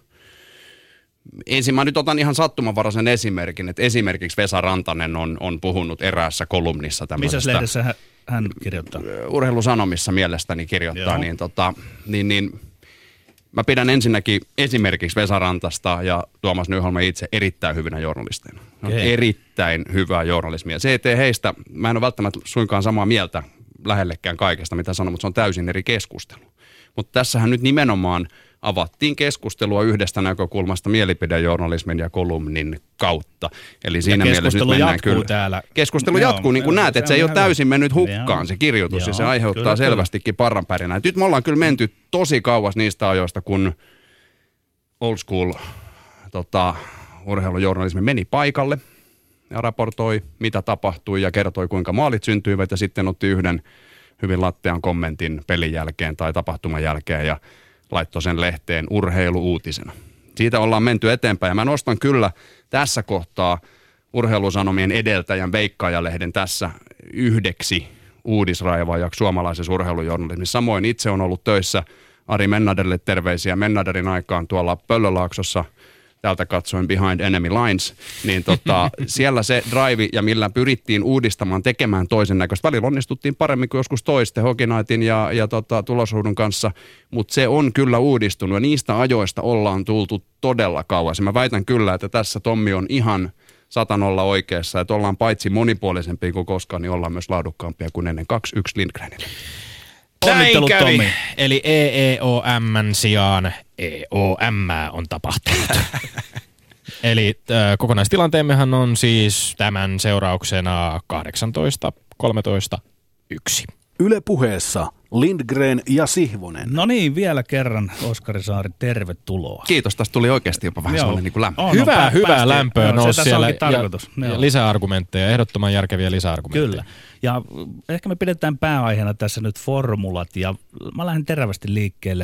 ensin mä nyt otan ihan sattumanvaraisen esimerkin, että esimerkiksi Vesa Rantanen on, on puhunut eräässä kolumnissa tämmöisestä. Missä lehdessä hän, hän kirjoittaa? Urheilusanomissa mielestäni kirjoittaa, niin, tota, niin, niin mä pidän ensinnäkin esimerkiksi Vesa Rantasta ja Tuomas Nyholm itse erittäin hyvinä journalisteina. Okay. Erittäin hyvää journalismia. Se ei tee heistä, mä en ole välttämättä suinkaan samaa mieltä lähellekään kaikesta, mitä sanon, mutta se on täysin eri keskustelu. Mutta tässähän nyt nimenomaan avattiin keskustelua yhdestä näkökulmasta mielipidejournalismin ja kolumnin kautta. Eli siinä ja mielessä nyt mennään kyllä. Täällä. Keskustelu Joo, jatkuu, niin kuin näet, että se ei ole täysin mennyt hukkaan Joo. se kirjoitus Joo, ja se aiheuttaa kyllä, selvästikin parranpärinää. Nyt me ollaan kyllä menty tosi kauas niistä ajoista, kun old school tota, urheilujournalismi meni paikalle ja raportoi, mitä tapahtui ja kertoi, kuinka maalit syntyivät ja sitten otti yhden hyvin lattean kommentin pelin jälkeen tai tapahtuman jälkeen ja laittoi sen lehteen urheilu-uutisena. Siitä ollaan menty eteenpäin ja mä nostan kyllä tässä kohtaa Urheilusanomien edeltäjän Veikkaja-lehden tässä yhdeksi uudisraivaajaksi suomalaisessa urheilujournalismissa. Samoin itse on ollut töissä Ari Mennaderille terveisiä Mennaderin aikaan tuolla Pöllölaaksossa, täältä katsoin Behind Enemy Lines, niin tota, siellä se drive ja millä pyrittiin uudistamaan, tekemään toisen näköistä. Välillä onnistuttiin paremmin kuin joskus toisten Hokinaitin ja, ja tota, Tulosruudun kanssa, mutta se on kyllä uudistunut ja niistä ajoista ollaan tultu todella kauas. Mä väitän kyllä, että tässä Tommi on ihan satan olla oikeassa, että ollaan paitsi monipuolisempia kuin koskaan, niin ollaan myös laadukkaampia kuin ennen kaksi yksi Lindgrenille. Näin kävi. Eli E E O M:n sijaan E O M on tapahtunut. Eli äh, kokonaistilanteemmehan on siis tämän seurauksena kahdeksantoista kolmetoista yksi. Yle Puheessa Lindgren ja Sihvonen. No niin, vielä kerran Oskari Saari, tervetuloa. Kiitos, tästä tuli oikeasti jopa vähän sellainen niin kuin lämpö. Oh, hyvää, no, hyvää päästiin. lämpöä No, nousi siellä ja, ja lisäargumentteja, ehdottoman järkeviä lisäargumentteja. Kyllä. Ja ehkä me pidetään pääaiheena tässä nyt formulat ja mä lähden terävästi liikkeelle.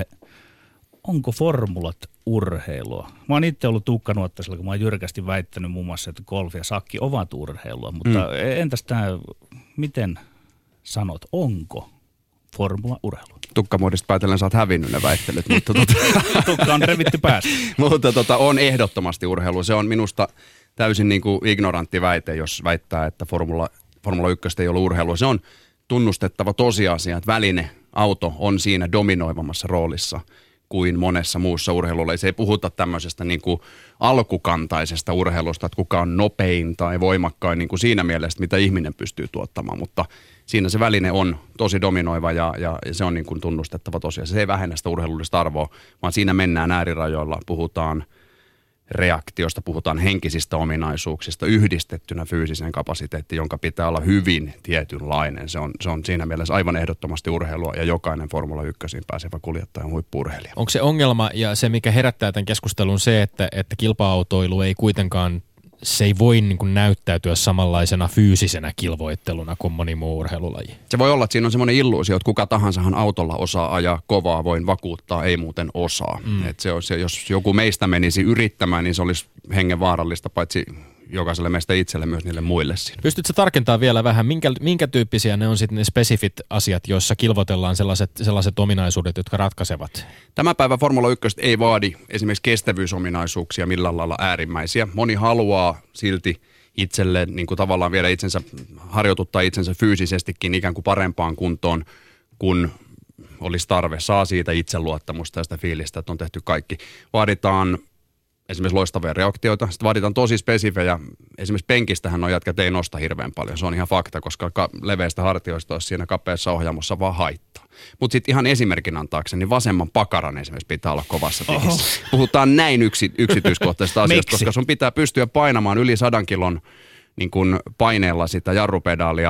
Onko formulat urheilua? Mä oon itse ollut tukkanuottasella, kun mä oon jyrkästi väittänyt muun muassa, että golf ja sakki ovat urheilua. Mutta mm. entäs tämä, miten sanot, onko formula urheilua? Tukkamuodista päätellen sä oot hävinnyt ne väittelyt, mutta tota, tukka on revitty päästä. mutta tota, on ehdottomasti urheilu. Se on minusta täysin niin kuin ignorantti väite, jos väittää, että Formula, Formula yksi ei ole urheilua. Se on tunnustettava tosiasia, että väline, auto on siinä dominoivammassa roolissa kuin monessa muussa urheilulla. Se ei puhuta tämmöisestä niin kuin alkukantaisesta urheilusta, että kuka on nopein tai voimakkain niin kuin siinä mielessä, mitä ihminen pystyy tuottamaan, mutta siinä se väline on tosi dominoiva ja, ja se on niin kuin tunnustettava tosiaan. Se ei vähennä sitä urheilullista arvoa, vaan siinä mennään äärirajoilla. Puhutaan reaktiosta, puhutaan henkisistä ominaisuuksista yhdistettynä fyysiseen kapasiteettiin, jonka pitää olla hyvin tietynlainen. Se on, se on siinä mielessä aivan ehdottomasti urheilua ja jokainen Formula ykkösiin pääsevä kuljettaja on huippu-urheilija. Onko se ongelma ja se, mikä herättää tämän keskustelun se, että, että kilpa-autoilu ei kuitenkaan, se ei voi niin kuin näyttäytyä samanlaisena fyysisenä kilvoitteluna kuin moni muu urheilulaji? Se voi olla, että siinä on semmoinen illuusio, että kuka tahansahan autolla osaa ajaa kovaa, voin vakuuttaa, ei muuten osaa. Mm. Että se on se, jos joku meistä menisi yrittämään, niin se olisi hengenvaarallista, paitsi jokaiselle meistä itselle myös niille muille siinä. Pystytkö tarkentamaan vielä vähän, minkä, minkä tyyppisiä ne on sitten ne spesifit asiat, joissa kilvoitellaan sellaiset, sellaiset ominaisuudet, jotka ratkaisevat? Tämä päivä Formula yksi ei vaadi esimerkiksi kestävyysominaisuuksia millään lailla äärimmäisiä. Moni haluaa silti itselleen niin kuin tavallaan viedä itsensä, harjoituttaa itsensä fyysisestikin ikään kuin parempaan kuntoon, kun olisi tarve. Saa siitä itseluottamusta ja sitä fiilistä, että on tehty kaikki. Vaaditaan esimerkiksi loistavia reaktioita. Sitten vaaditaan tosi spesifejä. Esimerkiksi penkistähän on jätkät ei nosta hirveän paljon. Se on ihan fakta, koska ka- leveistä hartioista olisi siinä kapeassa ohjaamossa vaan haittaa. Mutta sitten ihan esimerkin antaakseni, niin vasemman pakaran esimerkiksi pitää olla kovassa tikissä. Puhutaan näin yksi, yksityiskohtaisesta asiasta, koska sun pitää pystyä painamaan yli sadan kilon niin kun paineella sitä jarrupedaalia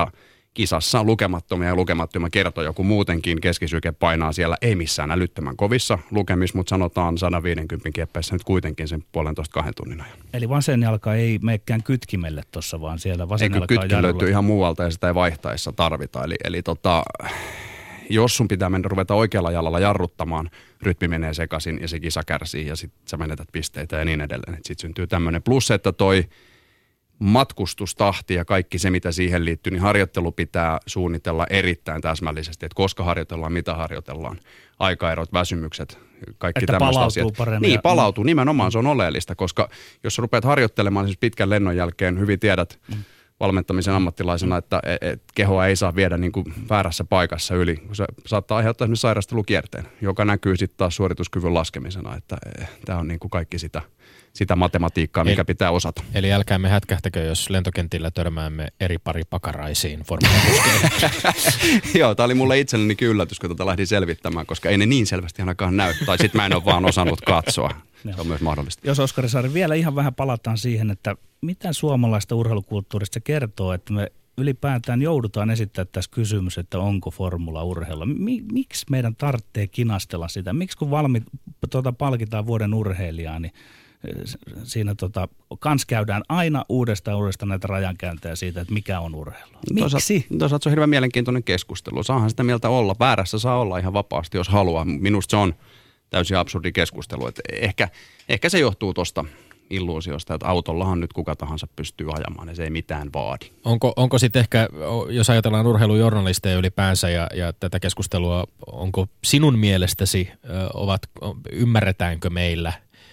kisassa lukemattomia ja lukemattomia kertoja, joku muutenkin keskisyke painaa siellä, ei missään älyttömän kovissa lukemissa, mutta sanotaan sata viisikymmentä kieppeissä nyt kuitenkin sen puolentoista kahden tunnin ajan. Eli vasen jalka ei meekään kytkimelle tuossa, vaan siellä vasen jalka on jarrulla. Kytkin löytyy ihan muualta ja sitä ei vaihtaessa tarvita. Eli, eli tota, jos sun pitää mennä ruveta oikealla jalalla jarruttamaan, rytmi menee sekaisin ja se kisa kärsii ja sitten sä menetät pisteitä ja niin edelleen. Sitten syntyy tämmöinen plus, että toi matkustustahti ja kaikki se, mitä siihen liittyy, niin harjoittelu pitää suunnitella erittäin täsmällisesti, että koska harjoitellaan, mitä harjoitellaan, aikaerot, väsymykset, kaikki että tämmöiset palautuu asiat. paremmin. Niin, palautuu. Nimenomaan se on oleellista, koska jos sä rupeat harjoittelemaan siis pitkän lennon jälkeen, hyvin tiedät mm. valmentamisen ammattilaisena, että et kehoa ei saa viedä niin kuin väärässä paikassa yli. Se saattaa aiheuttaa esimerkiksi sairastelukierteen, joka näkyy sitten taas suorituskyvyn laskemisena, että tämä on niin kuin kaikki sitä. sitä matematiikkaa, mikä eli, pitää osata. Eli älkäämme hätkähtäkö, jos lentokentillä törmäämme eri pari pakaraisiin formulakuskeihin. Joo, tämä oli mulle itselleni yllätys, kun tätä lähdin selvittämään, koska ei ne niin selvästi ainakaan näy. Tai sitten mä en ole vaan osannut katsoa. Se on myös mahdollista. Jos Oskari Saari vielä ihan vähän palataan siihen, että mitä suomalaista urheilukulttuurista se kertoo, että me ylipäätään joudutaan esittämään tässä kysymys, että onko formula urheilua. Miksi meidän tarvitsee kinastella sitä? Miksi kun valmi, tuota, palkitaan vuoden urheilijaa, niin siinä tota, kans käydään aina uudestaan uudestaan näitä rajankäyntejä siitä, että mikä on urheilu. Miksi? Toisaalta se on hirveän mielenkiintoinen keskustelu. Saahan sitä mieltä olla. Väärässä saa olla ihan vapaasti, jos haluaa. Minusta se on täysin absurdi keskustelu. Että ehkä, ehkä se johtuu tuosta illuusiosta, että autollahan nyt kuka tahansa pystyy ajamaan ja se ei mitään vaadi. Onko, onko sitten ehkä, jos ajatellaan urheilujournalisteja ylipäänsä ja, ja tätä keskustelua, onko sinun mielestäsi, ovat, ymmärretäänkö meillä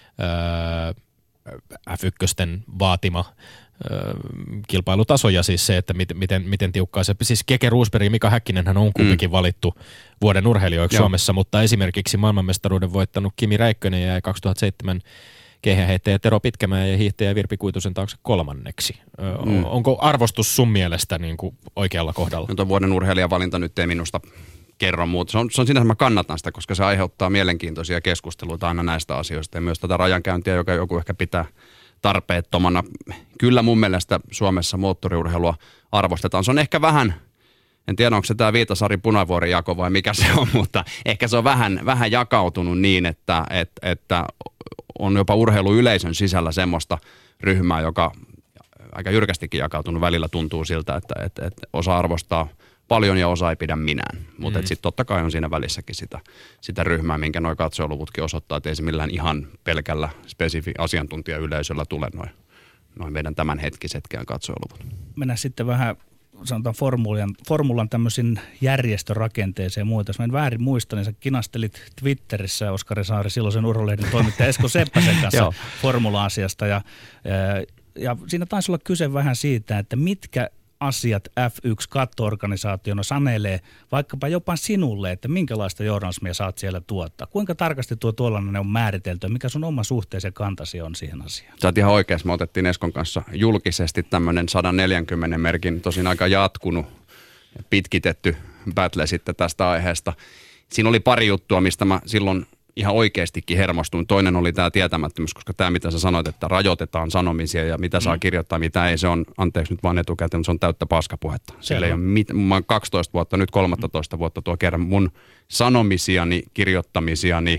F yksi vaatima kilpailutaso ja siis se, että miten, miten, miten tiukkaa se, siis Keke Roosberg ja Mika Häkkinenhän on kumpikin mm. valittu vuoden urheilijoiksi Joo. Suomessa, mutta esimerkiksi maailmanmestaruuden voittanut Kimi Räikkönen jäi kaksituhattaseitsemän keihäänheittäjä Tero Pitkämäen ja hiihtäjä Virpi Kuitusen taakse kolmanneksi. Mm. Onko arvostus sun mielestä niin kuin oikealla kohdalla? No, vuoden urheilijavalinta nyt ei minusta kerro muuta. Se on, se on siinä, että mä kannatan sitä, koska se aiheuttaa mielenkiintoisia keskusteluita aina näistä asioista ja myös tätä rajankäyntiä, joka joku ehkä pitää tarpeettomana. Kyllä mun mielestä Suomessa moottoriurheilua arvostetaan. Se on ehkä vähän, en tiedä onko se tämä Viitasaari Punavuoren jako vai mikä se on, mutta ehkä se on vähän, vähän jakautunut niin, että, että, että on jopa urheiluyleisön sisällä semmoista ryhmää, joka aika jyrkästikin jakautunut välillä tuntuu siltä, että, että, että osa arvostaa paljon ja osa ei pidä minään. Mutta mm. sitten totta kai on siinä välissäkin sitä, sitä ryhmää, minkä nuo katsojaluvutkin osoittaa, että ei se millään ihan pelkällä spesifi asiantuntijayleisöllä tule noin noi meidän tämänhetkisetkään katsojaluvut. Mennään sitten vähän sanotaan formulan, formulan tämmöisen järjestörakenteeseen ja muuta. Jos mä en väärin muista, niin sä kinastelit Twitterissä Oskari Saari, silloisen urheilulehden toimittaja Esko Seppäsen kanssa formula-asiasta. Ja, ja, ja siinä taisi olla kyse vähän siitä, että mitkä asiat F yksi katto-organisaationa sanelee vaikkapa jopa sinulle, että minkälaista journalismia saat siellä tuottaa. Kuinka tarkasti tuo tuollainen on määritelty ja mikä sun oma suhteesi ja kantasi on siihen asiaan? Sä oot ihan oikeassa. Me otettiin Eskon kanssa julkisesti tämmöinen sata neljäkymmentä merkin, tosin aika jatkunut, pitkitetty battle sitten tästä aiheesta. Siinä oli pari juttua, mistä mä silloin ihan oikeastikin hermostuin. Toinen oli tämä tietämättömyys, koska tämä, mitä sä sanoit, että rajoitetaan sanomisia ja mitä saa kirjoittaa, mitä ei, se on, anteeksi nyt vaan etukäteen, mutta se on täyttä paskapuhetta. Sillä ei ole mit, mä oon kaksitoista vuotta, nyt kolmetoista vuotta tuo kerran mun sanomisiani, kirjoittamisiani,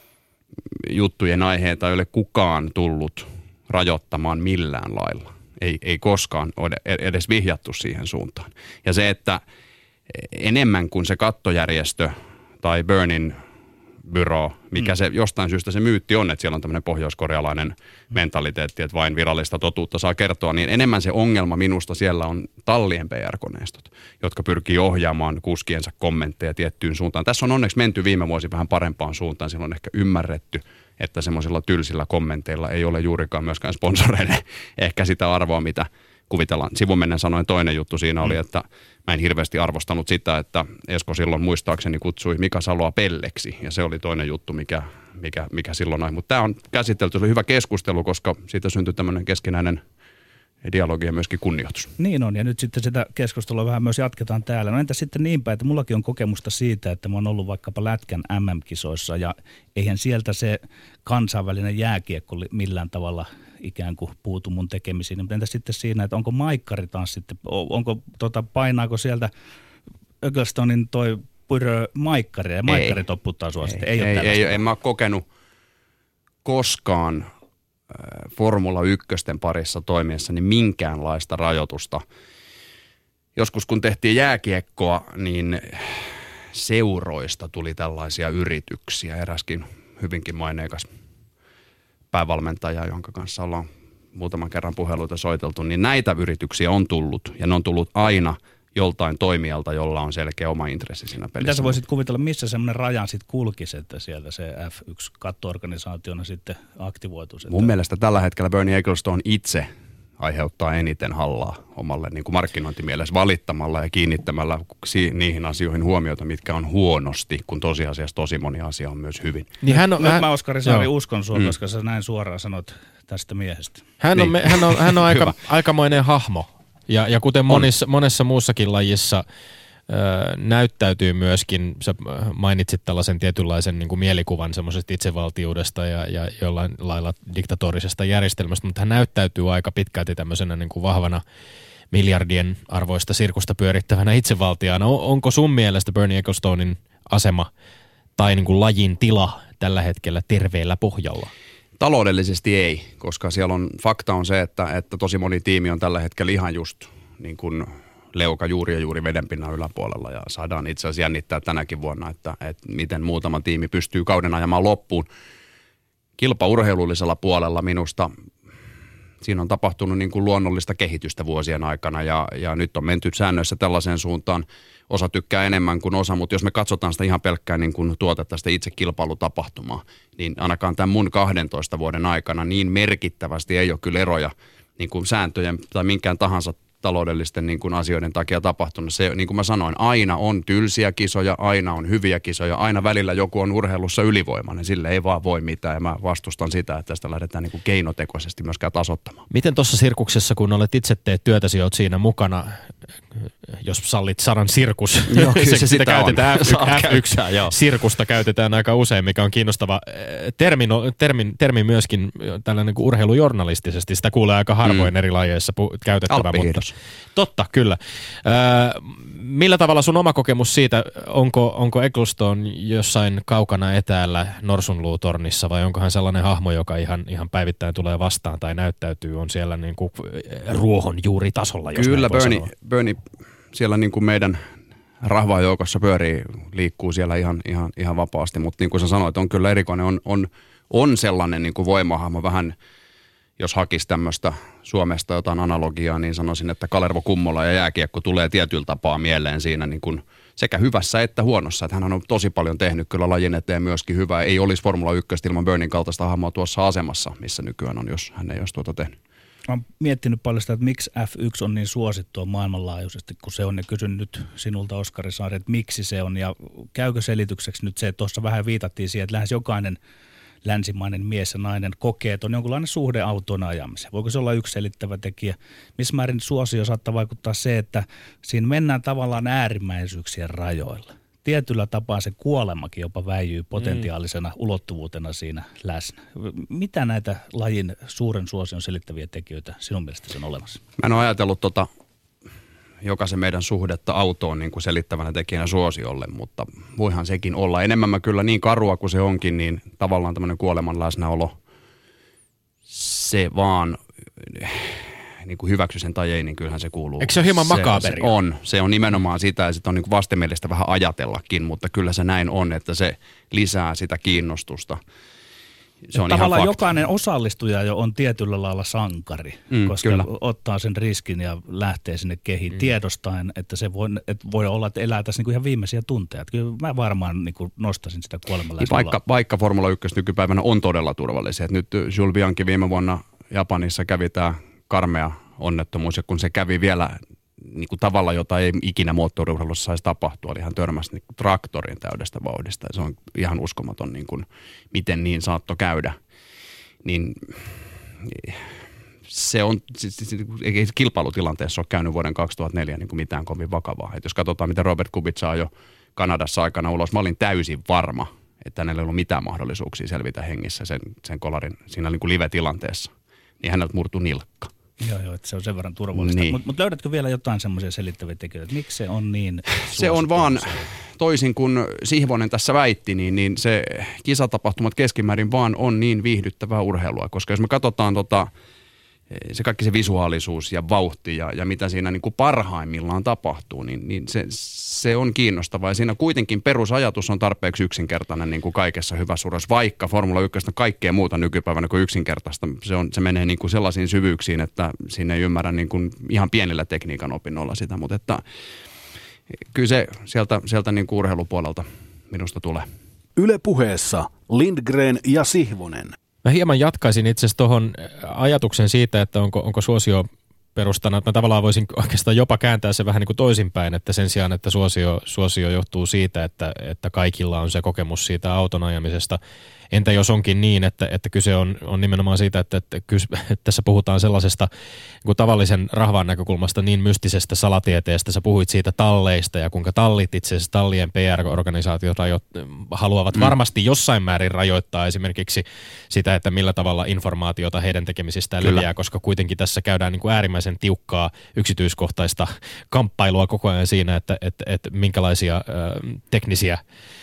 juttujen aiheita ei ole kukaan tullut rajoittamaan millään lailla. Ei, ei koskaan ole edes vihjattu siihen suuntaan. Ja se, että enemmän kuin se kattojärjestö tai Burnin byro, mikä mm. se jostain syystä se myytti on, että siellä on tämmöinen pohjoiskorealainen mentaliteetti, että vain virallista totuutta saa kertoa, niin enemmän se ongelma minusta siellä on tallien P R-koneistot, jotka pyrkii ohjaamaan kuskiensa kommentteja tiettyyn suuntaan. Tässä on onneksi menty viime vuosi vähän parempaan suuntaan, silloin on ehkä ymmärretty, että semmoisilla tylsillä kommenteilla ei ole juurikaan myöskään sponsoreiden ehkä sitä arvoa, mitä kuvitellaan. Sivumennen sanoen toinen juttu siinä oli, että mä en hirveästi arvostanut sitä, että Esko silloin muistaakseni kutsui Mika Saloa pelleksi. Ja se oli toinen juttu, mikä, mikä, mikä silloin on. Mutta tämä on käsitelty, se oli hyvä keskustelu, koska siitä syntyi tämmöinen keskinäinen dialogi ja myöskin kunnioitus. Niin on, ja nyt sitten sitä keskustelua vähän myös jatketaan täällä. No entä sitten niinpä, että mullakin on kokemusta siitä, että mä oon ollut vaikkapa Lätkän M M-kisoissa, ja eihän sieltä se kansainvälinen jääkiekko millään tavalla ikään kuin puutu mun tekemisiin. Mutta entä sitten siinä, että onko maikkari taas sitten, onko, tota, painaako sieltä Ecclestonin toi pyrö maikkari ja maikkari topputtaa sua ei, sitten? Ei, ei, ei, ei, ei, en mä ole kokenut koskaan äh, Formula ykkösten parissa toimiessa niin minkäänlaista rajoitusta. Joskus kun tehtiin jääkiekkoa, niin seuroista tuli tällaisia yrityksiä. Eräskin hyvinkin maineikas päävalmentaja, jonka kanssa ollaan muutaman kerran puheluita soiteltu, niin näitä yrityksiä on tullut. Ja ne on tullut aina joltain toimijalta, jolla on selkeä oma intressi siinä pelissä. Mitä sä voisit kuvitella, missä semmoinen rajan sitten kulkisi, että sieltä se F yksi katto-organisaationa sitten aktivoituisi? Mun mielestä tällä hetkellä Bernie Ecclestone itse aiheuttaa eniten hallaa omalle niin kuin markkinointimielessä valittamalla ja kiinnittämällä niihin asioihin huomiota, mitkä on huonosti, kun tosiasiassa tosi moni asia on myös hyvin. Niin hän on, Nyt hän, mä Oskari Saari joo. uskon sua, mm. koska sä näin suoraan sanot tästä miehestä. Hän on, niin. hän on, hän on aika, aikamoinen hahmo ja, ja kuten monissa, monessa muussakin lajissa ö, näyttäytyy myöskin, sä mainitsit tällaisen tietynlaisen niin kuin mielikuvan semmoisesta itsevaltiudesta ja, ja jollain lailla diktatorisesta järjestelmästä, mutta hän näyttäytyy aika pitkälti tämmöisenä niin kuin vahvana miljardien arvoista sirkusta pyörittävänä itsevaltiana. Onko sun mielestä Bernie Ecclestonen asema tai niin kuin lajin tila tällä hetkellä terveellä pohjalla? Taloudellisesti ei, koska siellä on, fakta on se, että, että tosi moni tiimi on tällä hetkellä ihan just niin kuin leuka juuri ja juuri vedenpinnan yläpuolella ja saadaan itse asiassa jännittää tänäkin vuonna, että, että miten muutama tiimi pystyy kauden ajamaan loppuun. Kilpaurheilullisella puolella minusta siinä on tapahtunut niin kuin luonnollista kehitystä vuosien aikana ja, ja nyt on menty säännöissä tällaiseen suuntaan. Osa tykkää enemmän kuin osa, mutta jos me katsotaan sitä ihan pelkkää niin kuin tuotetta, sitä itse kilpailutapahtumaa, niin ainakaan tämän mun kahdentoista vuoden aikana niin merkittävästi ei ole kyllä eroja niin kuin sääntöjen tai minkään tahansa taloudellisten niin kuin asioiden takia tapahtunut. Se, niin kuin mä sanoin, aina on tylsiä kisoja, aina on hyviä kisoja, aina välillä joku on urheilussa ylivoimainen, sille ei vaan voi mitään ja mä vastustan sitä, että tästä lähdetään niin kuin keinotekoisesti myöskään tasoittamaan. Miten tuossa sirkuksessa, kun olet itse teet työtäsi, olet siinä mukana, jos sallit sanan sirkus, joo, se, se sitä käytetään F yksi sirkusta käytetään aika usein, mikä on kiinnostava termi, termi, termi myöskin tällainen kuin urheilujournalistisesti, sitä kuulee aika harvoin mm. eri lajeissa käytettävä, mutta totta, kyllä. Öö, millä tavalla sun oma kokemus siitä, onko, onko Ecclestone jossain kaukana etäällä Norsunluutornissa vai onko hän sellainen hahmo, joka ihan, ihan päivittäin tulee vastaan tai näyttäytyy, on siellä niin kuin ruohonjuuritasolla? Kyllä, Bernie, Bernie siellä niin kuin meidän rahvaan joukossa pyörii, liikkuu siellä ihan, ihan, ihan vapaasti, mutta niin kuin sä sanoit, on kyllä erikoinen, on, on, on sellainen niin kuin voimahahmo vähän. Jos hakisi tämmöistä Suomesta jotain analogiaa, niin sanoisin, että Kalervo Kummola ja jääkiekko tulee tietyllä tapaa mieleen siinä niin kuin sekä hyvässä että huonossa. Että hän on tosi paljon tehnyt kyllä lajin eteen myöskin hyvää. Ei olisi Formula yksi ilman Bernin kaltaista hahmoa tuossa asemassa, missä nykyään on, jos hän ei olisi tuota tehnyt. Mä oon miettinyt paljon sitä, että miksi F yksi on niin suosittua maailmanlaajuisesti, kun se on, ja kysyn nyt sinulta, Oskari Saari, että miksi se on, ja käykö selitykseksi nyt se, että tuossa vähän viitattiin siihen, että lähes jokainen länsimainen mies ja nainen kokee, että on jonkunlainen suhde auton ajamiseen. Voiko se olla yksi selittävä tekijä? Missä määrin suosio saattaa vaikuttaa se, että siinä mennään tavallaan äärimmäisyyksien rajoilla. Tietyllä tapaa se kuolemakin jopa väijyy potentiaalisena mm. ulottuvuutena siinä läsnä. Mitä näitä lajin suuren suosion selittäviä tekijöitä sinun mielestäsi on olemassa? Mä en ole ajatellut tota jokaisen meidän suhdetta autoon niin kuin selittävänä tekijänä suosiolle, mutta voihan sekin olla. Enemmän mä kyllä niin karua kuin se onkin, niin tavallaan tämmöinen kuoleman läsnäolo, se vaan, niin kuin hyväksy sen tai ei, niin kyllähän se kuuluu. Eikö se ole hieman makaberia? On. Se on nimenomaan sitä, ja sitten on niin kuin vastenmielistä vähän ajatellakin, mutta kyllä se näin on, että se lisää sitä kiinnostusta. Se on tavallaan jokainen osallistuja jo on tietyllä lailla sankari, mm, koska kyllä. ottaa sen riskin ja lähtee sinne kehiin mm. tiedostaen, että se voi, että voi olla, että elää tässä niin kuin ihan viimeisiä tunteja. Että kyllä mä varmaan niin kuin nostaisin sitä kuolemanläsnäoloa. Vaikka, vaikka Formula yksi nykypäivänä on todella turvallisia. Nyt Jules Bianchi viime vuonna Japanissa kävi tämä karmea onnettomuus, ja kun se kävi vielä niin kuin tavalla, jota ei ikinä moottoriurheilussa saisi tapahtua, eli hän törmäsi niin kuin traktorin täydestä vauhdista, ja se on ihan uskomaton, niin kuin, miten niin saattoi käydä. Niin se on, ei kilpailutilanteessa ole käynyt vuoden kaksituhattaneljä niin kuin mitään kovin vakavaa. Et jos katsotaan, miten Robert Kubica on jo Kanadassa aikana ulos, mä olin täysin varma, että hänellä ei ollut mitään mahdollisuuksia selvitä hengissä sen, sen kolarin siinä niin kuin live-tilanteessa. niin häneltä murtui nilkka. Joo, joo, että se on sen verran turvallista. Niin. Mutta mut löydätkö vielä jotain semmoisia selittäviä tekijöitä, että miksi se on niin Se on vaan, toisin kuin Sihvonen tässä väitti, niin, niin se kisatapahtumat keskimäärin vaan on niin viihdyttävää urheilua, koska jos me katsotaan tota, se kaikki se visuaalisuus ja vauhti ja, ja mitä siinä niin kuin parhaimmillaan tapahtuu, niin, niin se, se on kiinnostavaa. Ja siinä kuitenkin perusajatus on tarpeeksi yksinkertainen niin kuin kaikessa hyvässä urheilussa, vaikka Formula yksi on kaikkea muuta nykypäivänä kuin yksinkertaista. Se, on, se menee niin kuin sellaisiin syvyyksiin, että siinä ei ymmärrä niin kuin ihan pienillä tekniikan opinnoilla sitä, mutta että, kyllä se sieltä, sieltä niin kuin urheilupuolelta minusta tulee. Yle Puheessa Lindgren ja Sihvonen. Mä hieman jatkaisin itse asiassa tuohon ajatuksen siitä, että onko, onko suosio perustana, että mä tavallaan voisin oikeastaan jopa kääntää se vähän niin kuin toisinpäin, että sen sijaan, että suosio, suosio johtuu siitä, että, että kaikilla on se kokemus siitä auton ajamisesta. Entä jos onkin niin, että, että kyse on, on nimenomaan siitä, että, että, että tässä puhutaan sellaisesta niin tavallisen rahvaan näkökulmasta niin mystisestä salatieteestä. Sä puhuit siitä talleista ja kuinka tallit itse asiassa tallien P R-organisaatiot rajoit, haluavat mm. varmasti jossain määrin rajoittaa esimerkiksi sitä, että millä tavalla informaatiota heidän tekemisistään Kyllä. leviää, koska kuitenkin tässä käydään niin kuin äärimmäisen tiukkaa yksityiskohtaista kamppailua koko ajan siinä, että, että, että minkälaisia äh, teknisiä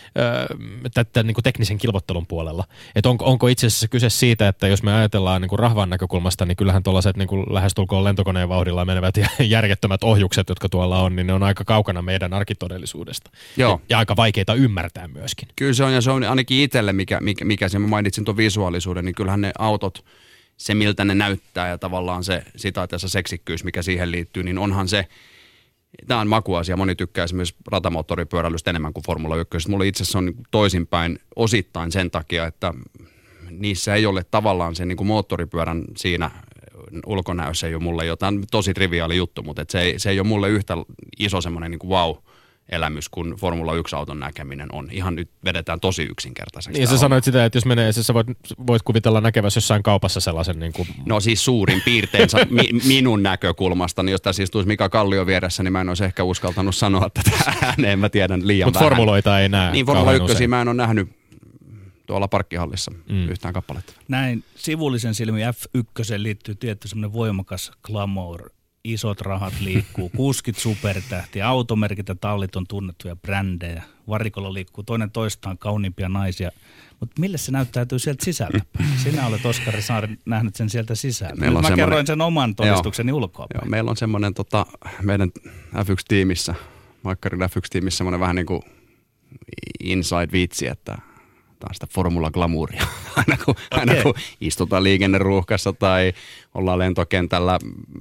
Tätä niin kuin teknisen kilvottelun puolella. Että onko, onko itse asiassa kyse siitä, että jos me ajatellaan niin kuin rahvan näkökulmasta, niin kyllähän tuollaiset niin kuin lähestulkoon lentokoneen vauhdilla menevät ja järjettömät ohjukset, jotka tuolla on, niin ne on aika kaukana meidän arkitodellisuudesta. Joo. Ja, ja aika vaikeita ymmärtää myöskin. Kyllä se on, ja se on ainakin itselle, mikä, mikä, mikä se, mä mainitsin tuon visuaalisuuden, niin kyllähän ne autot, se miltä ne näyttää ja tavallaan se sitaatessa seksikkyys, mikä siihen liittyy, niin onhan se, tämä on makuasia. Moni tykkää esimerkiksi ratamoottoripyöräilystä enemmän kuin Formula yksi. Mulla itse asiassa on toisinpäin osittain sen takia, että niissä ei ole tavallaan se niin kuin moottoripyörän siinä ulkonäössä ei ole mulle jotain tosi triviaali juttu, mutta et se, ei, se ei ole mulle yhtä iso semmoinen niin kuin wow-elämys kuin Formula yksi-auton näkeminen on. Ihan nyt vedetään tosi yksinkertaiseksi. Niin sä sanoit sitä, että jos menee, sä voit, voit kuvitella näkevässä jossain kaupassa sellaisen niin kuin... No siis suurin piirteensä mi, minun näkökulmasta, niin jos tässä istuisi Mika Kallio vieressä, niin mä en olisi ehkä uskaltanut sanoa tätä ääneen, mä tiedän liian Mut vähän. Mutta formuloita ei näe. Niin Formula yksi mä en ole nähnyt tuolla parkkihallissa mm. yhtään kappaletta. Näin sivullisen silmin F yksi liittyy tietty semmoinen voimakas glamour. Isot rahat liikkuu, kuskit supertähtiä, automerkit ja tallit on tunnettuja brändejä. Varikolla liikkuu toinen toistaan kauniimpia naisia. Mutta mille se näyttäytyy sieltä sisältä? Sinä olet, Oskari Saari, nähnyt sen sieltä sisältä. Mä semmoinen... kerroin sen oman todistukseni ulkoa. Joo, meillä on semmoinen tota, meidän F yksi-tiimissä, Maikkarin F yksi-tiimissä semmoinen vähän niin kuin inside-vitsi, että tämä on sitä formula-glamouria. Aina kun, okay. aina kun istutaan liikenneruuhkassa tai ollaan lentokentällä,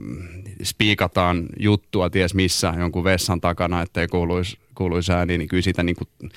spiikataan juttua ties missä jonkun vessan takana, ettei kuuluisi, kuuluisi ääni, niin kyllä siitä niin kuin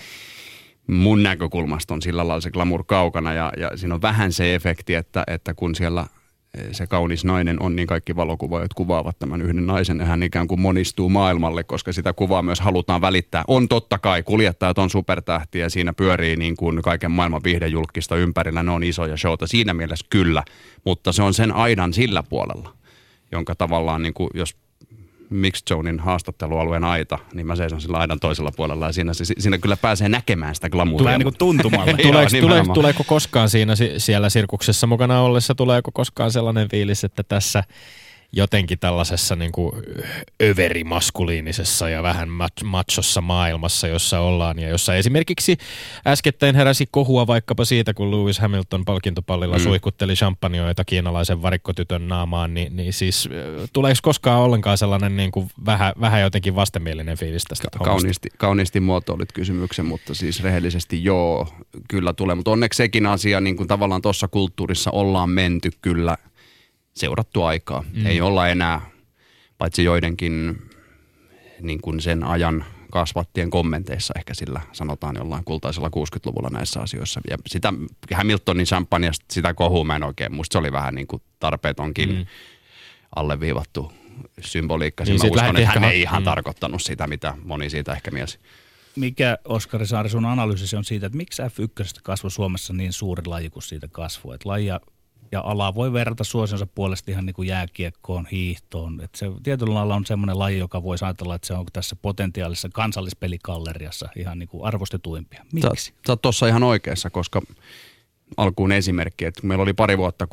mun näkökulmasta on sillä lailla se glamour kaukana ja, ja siinä on vähän se efekti, että, että kun siellä se kaunis nainen on, niin kaikki valokuvaajat kuvaavat tämän yhden naisen ja hän ikään kuin monistuu maailmalle, koska sitä kuvaa myös halutaan välittää. On totta kai, kuljettajat on supertähtiä ja siinä pyörii niin kuin kaiken maailman viihdejulkista ympärillä, ne on isoja showta, siinä mielessä kyllä, mutta se on sen aidan sillä puolella, jonka tavallaan niin kuin, jos Mixed Zonein haastattelualueen aita, niin mä seison sillä aidan toisella puolella ja siinä, siinä kyllä pääsee näkemään sitä glamouria. Tulee niin kuin tuntumalle. tuleeko, tuleeko, tuleeko koskaan siinä siellä sirkuksessa mukana ollessa, tuleeko koskaan sellainen fiilis, että tässä jotenkin tällaisessa niin kuin överimaskuliinisessa ja vähän machossa maailmassa, jossa ollaan ja jossa esimerkiksi äskettäin heräsi kohua vaikkapa siitä, kun Lewis Hamilton palkintopallilla mm. suihkutteli champagnoita kiinalaisen varikkotytön naamaan, niin, niin siis tuleeko koskaan ollenkaan sellainen niin kuin vähän, vähän jotenkin vastenmielinen fiilis tästä Ka- kauniisti, kauniisti muotoilit kysymyksen, mutta siis rehellisesti joo, kyllä tulee, mutta onneksi sekin asia, niin kuin tavallaan tuossa kulttuurissa ollaan menty kyllä seurattu aikaa. Mm. Ei olla enää, paitsi joidenkin niin kuin sen ajan kasvattien kommenteissa ehkä sillä sanotaan jollain kultaisella kuusikymmentäluvulla näissä asioissa. Ja sitä Hamiltonin champagnesta, sitä kohua mä en oikein, musta se oli vähän niin kuin tarpeetonkin mm. alleviivattu symboliikka. Niin mä uskon, että hän ei ihan mm. tarkoittanut sitä, mitä moni siitä ehkä mielsi. Mikä, Oskari Saari, sun analyysisi on siitä, että miksi F yksi kasvoi Suomessa niin suuri laji kuin siitä kasvoi? Että lajia ja ala voi verrata suosionsa puolesta ihan niin kuin jääkiekkoon, hiihtoon. Että se tietyllä lailla on semmoinen laji, joka voi ajatella, että se on tässä potentiaalisessa kansallispelikalleriassa ihan niin kuin arvostetuimpia. Miksi? Sä, sä oot tuossa ihan oikeassa, koska alkuun esimerkki, että meillä oli pari vuotta, kun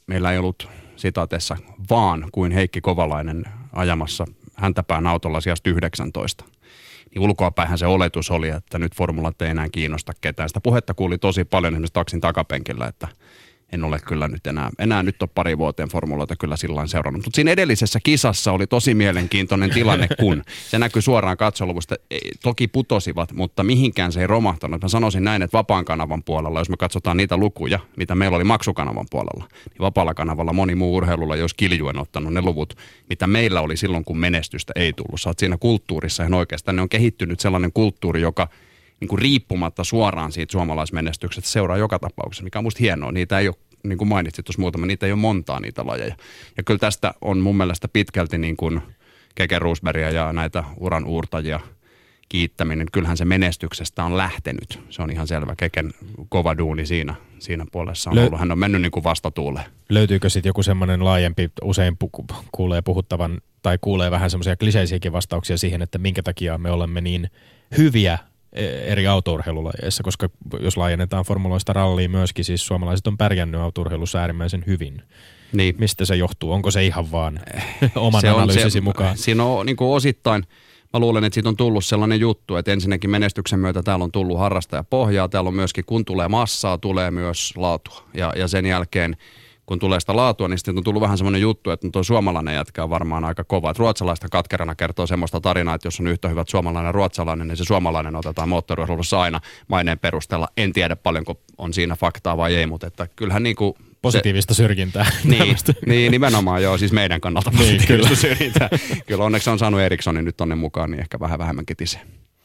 meillä ei ollut sitaatessa vaan kuin Heikki Kovalainen ajamassa häntäpään autolla sijasta yhdeksäntoista. Niin ulkoapäinhän se oletus oli, että nyt formulat ei enää kiinnosta ketään. Sitä puhetta kuuli tosi paljon esimerkiksi taksin takapenkillä, että en ole kyllä nyt enää, enää nyt on pari vuoteen formuloita kyllä sillain seurannut. Mutta siinä edellisessä kisassa oli tosi mielenkiintoinen tilanne, kun se näkyy suoraan katsoluvusta. Toki putosivat, mutta mihinkään se ei romahtanut. Mä sanoisin näin, että vapaan kanavan puolella, jos me katsotaan niitä lukuja, mitä meillä oli maksukanavan puolella, niin vapaalla kanavalla moni muu urheilulla, jos kiljuen ottanut ne luvut, mitä meillä oli silloin, kun menestystä ei tullut. Sä oot siinä kulttuurissa ihan oikeastaan. Ne on kehittynyt sellainen kulttuuri, joka niin kuin riippumatta suoraan siitä suomalaismenestyksestä seuraa joka tapauksessa, mikä on musta hienoa. Niitä ei ole, niin kuin mainitsit tuossa muutama, niitä ei ole montaa niitä lajeja. Ja kyllä tästä on mun mielestä pitkälti niin kuin Keke Roosbergia ja näitä uran uurtajia kiittäminen. Kyllähän se menestyksestä on lähtenyt. Se on ihan selvä. Keken kova duuni siinä, siinä puolessa on Lö- ollut. Hän on mennyt niin kuin vastatuuleen. Löytyykö sitten joku semmoinen laajempi, usein pu- kuulee puhuttavan, tai kuulee vähän semmoisia kliseisiäkin vastauksia siihen, että minkä takia me olemme niin hyviä eri autourheilulajeissa, koska jos laajennetaan formuloista ralliin myöskin, siis suomalaiset on pärjännyt autourheilussa äärimmäisen hyvin. Niin. Mistä se johtuu? Onko se ihan vaan oman se analyysisi se, mukaan? Siinä on niin kuin osittain, mä luulen, että siitä on tullut sellainen juttu, että ensinnäkin menestyksen myötä täällä on tullut harrastajapohjaa, täällä on myöskin, kun tulee massaa, tulee myös laatua. Ja, ja sen jälkeen, kun tulee sitä laatua, niin sitten on tullut vähän semmoinen juttu, että tuo suomalainen jätkä on varmaan aika kova. Että ruotsalaista katkerana kertoo semmoista tarinaa, että jos on yhtä hyvät suomalainen ja ruotsalainen, niin se suomalainen otetaan moottoriurheilussa aina maineen perusteella. En tiedä paljonko on siinä faktaa vai ei, mutta että kyllähän niin kuin positiivista se, syrjintää. Niin, niin, nimenomaan joo, siis meidän kannalta positiivista niin, kyllä. syrjintää. Kyllä onneksi on saanut Erikssonin nyt tonne mukaan, niin ehkä vähän vähemmänkin tisee.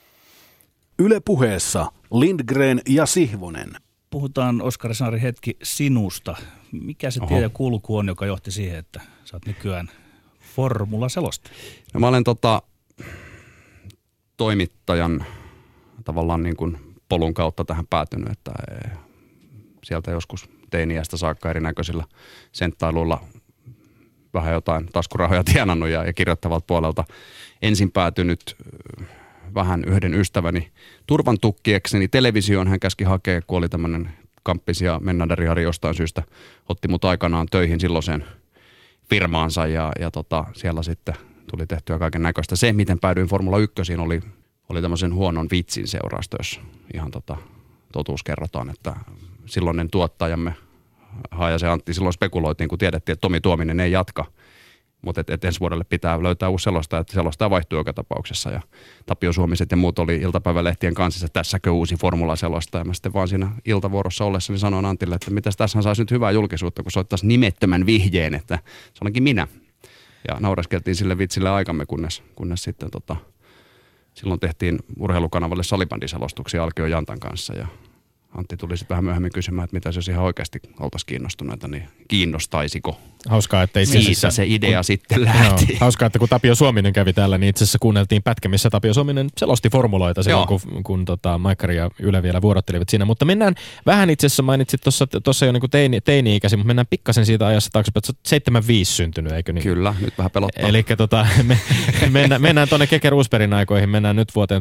Yle Puheessa Lindgren ja Sihvonen. Puhutaan, Oskari Saari, hetki sinusta. Mikä se tie ja kulku on, joka johti siihen, että sä oot nykyään formulaselostaja? No, mä olen tota, toimittajan tavallaan niin kuin polun kautta tähän päätynyt, että sieltä joskus teiniästä saakka erinäköisillä senttailuilla vähän jotain taskurahoja tienannut ja, ja kirjoittavalta puolelta ensin päätynyt vähän yhden ystäväni turvan tukkiekseni televisioon. Hän käski hakea, kun oli tämmöinen kamppis ja Mennaderi jostain syystä otti mut aikanaan töihin silloiseen firmaansa ja, ja tota, siellä sitten tuli tehtyä kaiken näköistä. Se, miten päädyin Formula ykkösiin, oli, oli tämmöisen huonon vitsin seurausta, jos ihan tota, totuus kerrotaan, että silloinen tuottajamme Haajasen Antti silloin spekuloitiin, kun tiedettiin, että Tomi Tuominen ei jatka. Mutta et, et ensi vuodelle pitää löytää uusi selostaja, että selostaja vaihtuu joka tapauksessa. Ja Tapio Suomiset ja muut oli iltapäivälehtien kanssa, että tässäkö uusi formula-selostaja. Mä sitten vaan siinä iltavuorossa ollessa niin sanoin Antille, että mitäs tässä saisi nyt hyvää julkisuutta, kun soittaisi nimettömän vihjeen, että se onkin minä. Ja naureskeltiin sille vitsille aikamme, kunnes, kunnes sitten tota, silloin tehtiin urheilukanavalle salibändiselostuksia Alkio Jantan kanssa ja Antti tuli sitten vähän myöhemmin kysymään, että mitä jos ihan oikeasti oltaisiin kiinnostuneita, niin kiinnostaisiko? Hauskaa, että itse asiassa se idea kun, sitten lähti. Joo, hauskaa, että kun Tapio Suominen kävi täällä, niin itse asiassa kuunneltiin pätkä, missä Tapio Suominen selosti formuloita silloin, joo. kun, kun tota, Maikkari ja Yle vielä vuorottelivat siinä. Mutta mennään vähän itse asiassa, mainitsit tuossa jo niin teini, teini-ikäsi, mutta mennään pikkasen siitä ajassa taaksepäin, että sä seitsemänkymmentäviisi syntynyt, eikö niin? Kyllä, nyt vähän pelottaa. Eli tota, me, mennään, mennään tuonne Keke Roosbergin aikoihin, mennään nyt vuoteen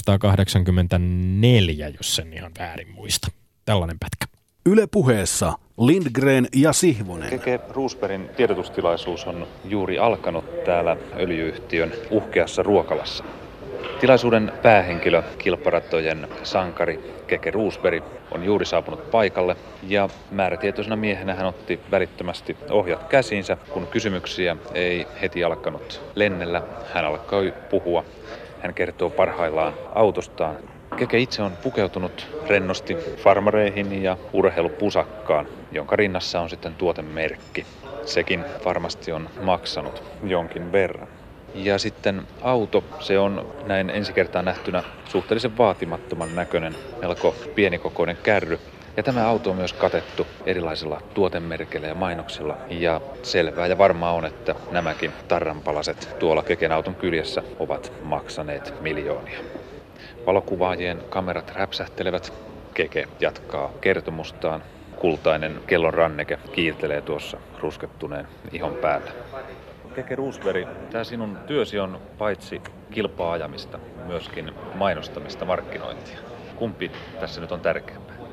tuhatyhdeksänsataakahdeksankymmentäneljä, jos sen ihan väärin muista. Tällainen pätkä. Yle Puheessa Lindgren ja Sihvonen. Keke Roosbergin tiedotustilaisuus on juuri alkanut täällä öljy-yhtiön uhkeassa ruokalassa. Tilaisuuden päähenkilö, kilparatojen sankari Keke Roosberg on juuri saapunut paikalle ja määrätietoisena miehenä hän otti välittömästi ohjat käsiinsä. Kun kysymyksiä ei heti alkanut lennellä, hän alkoi puhua. Hän kertoo parhaillaan autostaan. Keke itse on pukeutunut rennosti farmareihin ja urheilupusakkaan, jonka rinnassa on sitten tuotemerkki. Sekin varmasti on maksanut jonkin verran. Ja sitten auto, se on näin ensi kertaa nähtynä suhteellisen vaatimattoman näköinen, melko pienikokoinen kärry. Ja tämä auto on myös katettu erilaisilla tuotemerkeillä ja mainoksilla. Ja selvää ja varmaa on, että nämäkin tarranpalaset tuolla Keken auton kyljessä ovat maksaneet miljoonia. Valokuvaajien kamerat räpsähtelevät. Keke jatkaa kertomustaan. Kultainen kellon ranneke kiiltelee tuossa ruskettuneen ihon päällä. Keke Roosberg, tämä sinun työsi on paitsi kilpaa-ajamista, myöskin mainostamista, markkinointia. Kumpi tässä nyt on tärkeämpää?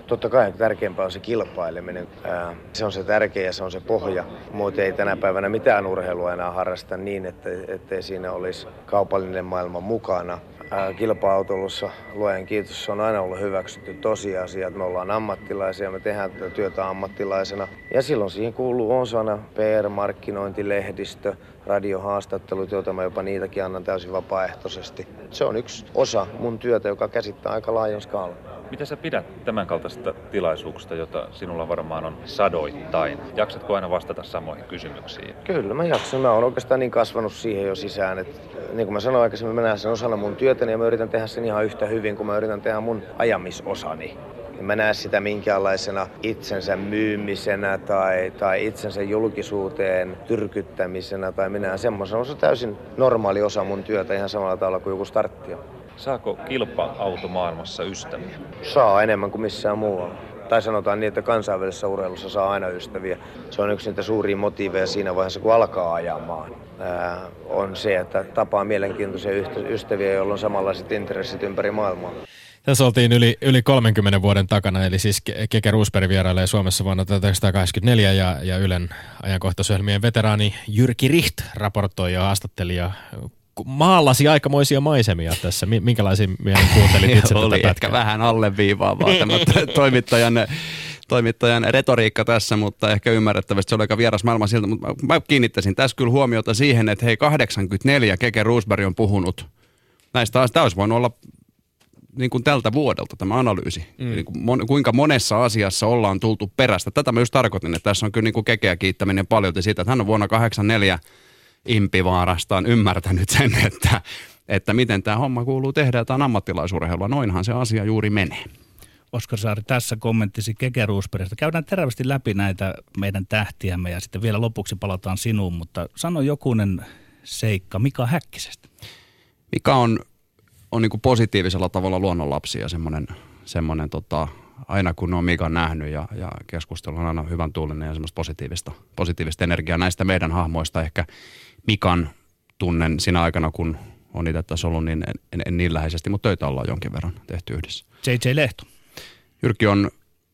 Totta kai tärkeämpää on se kilpaileminen. Se on se tärkeä ja se on se pohja. Muuten ei tänä päivänä mitään urheilua enää harrasta niin, että ettei siinä olisi kaupallinen maailma mukana. Kilpa-autoilussa, luojan kiitos, se on aina ollut hyväksytty tosiasia, että me ollaan ammattilaisia, me tehdään tätä työtä ammattilaisena. Ja silloin siihen kuuluu osana P R-markkinointi, lehdistö, radiohaastattelut, joita mä jopa niitäkin annan täysin vapaaehtoisesti. Se on yksi osa mun työtä, joka käsittää aika laajan skaalan. Mitä sä pidät tämän kaltaisesta tilaisuuksista, jota sinulla varmaan on sadoittain? Jaksatko aina vastata samoihin kysymyksiin? Kyllä mä jaksan. Mä oon oikeastaan niin kasvanut siihen jo sisään, että niin kuin mä sanoin aikaisemmin, mä näen sen osana mun työtäni ja mä yritän tehdä sen ihan yhtä hyvin kuin mä yritän tehdä mun ajamisosani. En mä näe sitä minkäänlaisena itsensä myymisenä tai, tai itsensä julkisuuteen tyrkyttämisenä tai minä semmoisena. Se on täysin normaali osa mun työtä ihan samalla tavalla kuin joku startti on. Saako kilpa-automaailmassa ystäviä? Saa enemmän kuin missään muualla. Tai sanotaan niin, että kansainvälisessä urheilussa saa aina ystäviä. Se on yksi niitä suuria motiiveja siinä vaiheessa, kun alkaa ajamaan. Ää, on se, että tapaa mielenkiintoisia ystäviä, joilla on samanlaiset intressit ympäri maailmaa. Tässä oltiin yli, yli kolmenkymmenen vuoden takana, eli siis Keke Roosberg vierailee Suomessa vuonna tuhatyhdeksänsataakahdeksankymmentäneljä ja, ja Ylen ajankohtaisohjelmien veteraani Jyrki Richt raportoi ja haastatteli ja maalasi aikamoisia maisemia tässä. Minkälaisia mielin kuuntelit itse tätä oli pätkää? ehkä vähän alleviivaavaa tämä toimittajan, toimittajan retoriikka tässä, mutta ehkä ymmärrettävästi se oli aika vieras maailma siltä. Mutta mä kiinnittäisin tässä kyllä huomiota siihen, että hei kahdeksankymmentäneljä Keke Roosberg on puhunut. Näistä tämä olisi voinut olla niin kuin tältä vuodelta tämä analyysi. Mm. Niin kuin mon, kuinka monessa asiassa ollaan tultu perästä. Tätä mä just tarkoitin, että tässä on kyllä niin kuin Kekeä kiittäminen paljon siitä, että hän on vuonna kahdeksankymmentäneljä Impivaarastaan ymmärtänyt sen, että, että miten tämä homma kuuluu tehdä ja tämä on ammattilaisurheilua. Noinhan se asia juuri menee. Oskar Saari tässä kommenttisi Keke Roosbergista. Käydään terävästi läpi näitä meidän tähtiämme ja sitten vielä lopuksi palataan sinuun, mutta sano jokunen seikka Mika Häkkisestä. Mika on, on niin kuin positiivisella tavalla luonnonlapsi ja semmoinen, semmoinen tota, aina kun on Mikan nähnyt ja, ja keskustelu on aina hyvän tuulinen ja semmoista positiivista, positiivista energiaa näistä meidän hahmoista. Ehkä Mikan tunnen siinä aikana, kun on itse tässä ollut, niin en, en, en niin läheisesti, mutta töitä ollaan jonkin verran tehty yhdessä. J J Lehto. Jyrki on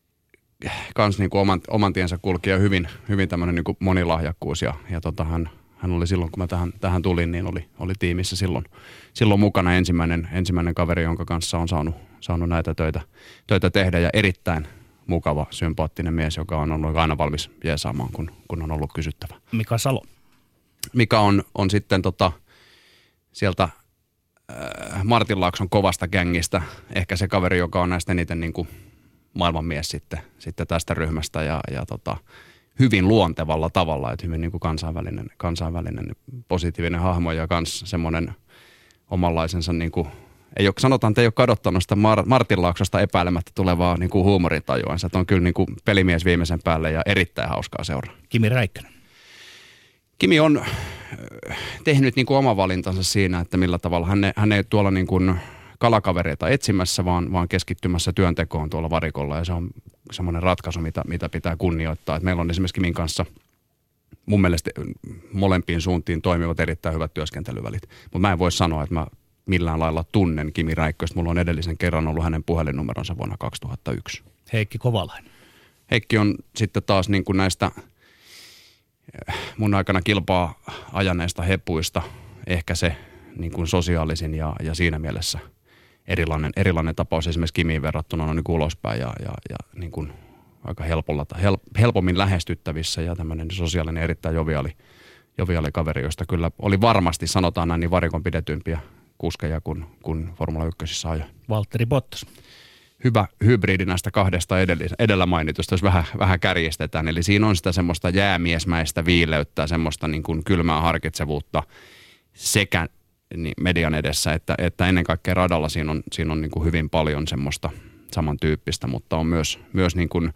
kans niin kuin oman, oman tiensä kulkija, hyvin, hyvin tämmöinen niin kuin monilahjakkuus ja, ja tota, hän, hän oli silloin, kun mä tähän, tähän tulin, niin oli, oli tiimissä silloin, silloin mukana ensimmäinen, ensimmäinen kaveri, jonka kanssa on saanut, saanut näitä töitä, töitä tehdä ja erittäin mukava, sympaattinen mies, joka on ollut aina valmis jeesaamaan, kun, kun on ollut kysyttävä. Mika Salo. Mika on, on sitten tota, sieltä äh, Martinlaakson kovasta gängistä ehkä se kaveri, joka on näistä eniten niin kuin maailmanmies sitten, sitten tästä ryhmästä ja, ja tota, hyvin luontevalla tavalla, että hyvin niin kuin kansainvälinen, kansainvälinen positiivinen hahmo ja kans semmoinen omanlaisensa, niin kuin, ei ole, sanotaan, että ei ole kadottanut sitä Mar- Martinlaaksosta epäilemättä tulevaa niin kuin huumoritajuansa, että on kyllä niin kuin pelimies viimeisen päälle ja erittäin hauskaa seuraa. Kimi Räikkönen. Kimi on tehnyt niin kuin oma valintansa siinä, että millä tavalla hän ei, hän ei tuolla niin kuin kalakavereita etsimässä, vaan, vaan keskittymässä työntekoon tuolla varikolla ja se on semmoinen ratkaisu, mitä, mitä pitää kunnioittaa. Et meillä on esimerkiksi Kimin kanssa mun mielestä molempiin suuntiin toimivat erittäin hyvät työskentelyvälit, mutta mä en voi sanoa, että mä millään lailla tunnen Kimi Räikköstä. Mulla on edellisen kerran ollut hänen puhelinnumeronsa vuonna kaksituhattayksi. Heikki Kovalainen. Heikki on sitten taas niin kuin näistä mun aikana kilpaa ajaneista hepuista ehkä se niin kuin sosiaalisin ja, ja siinä mielessä erilainen, erilainen tapaus esimerkiksi Kimiin verrattuna on niin kuin ulospäin ja, ja, ja niin kuin aika helpolla, hel, helpommin lähestyttävissä ja tämmöinen sosiaalinen erittäin joviaali, joviaali kaveri, josta kyllä oli varmasti, sanotaan näin, niin varikon pidetympiä kuskeja kuin, kuin Formula ykkösissä ajoi. Valtteri Bottas. Hyvä hybridi näistä kahdesta edellä mainitusta, jos vähän, vähän kärjistetään. Eli siinä on sitä semmoista jäämiesmäistä viileyttä, semmoista niin kuin kylmää harkitsevuutta sekä median edessä, että, että ennen kaikkea radalla siinä on, siinä on niin kuin hyvin paljon semmoista samantyyppistä, mutta on myös, myös niin kuin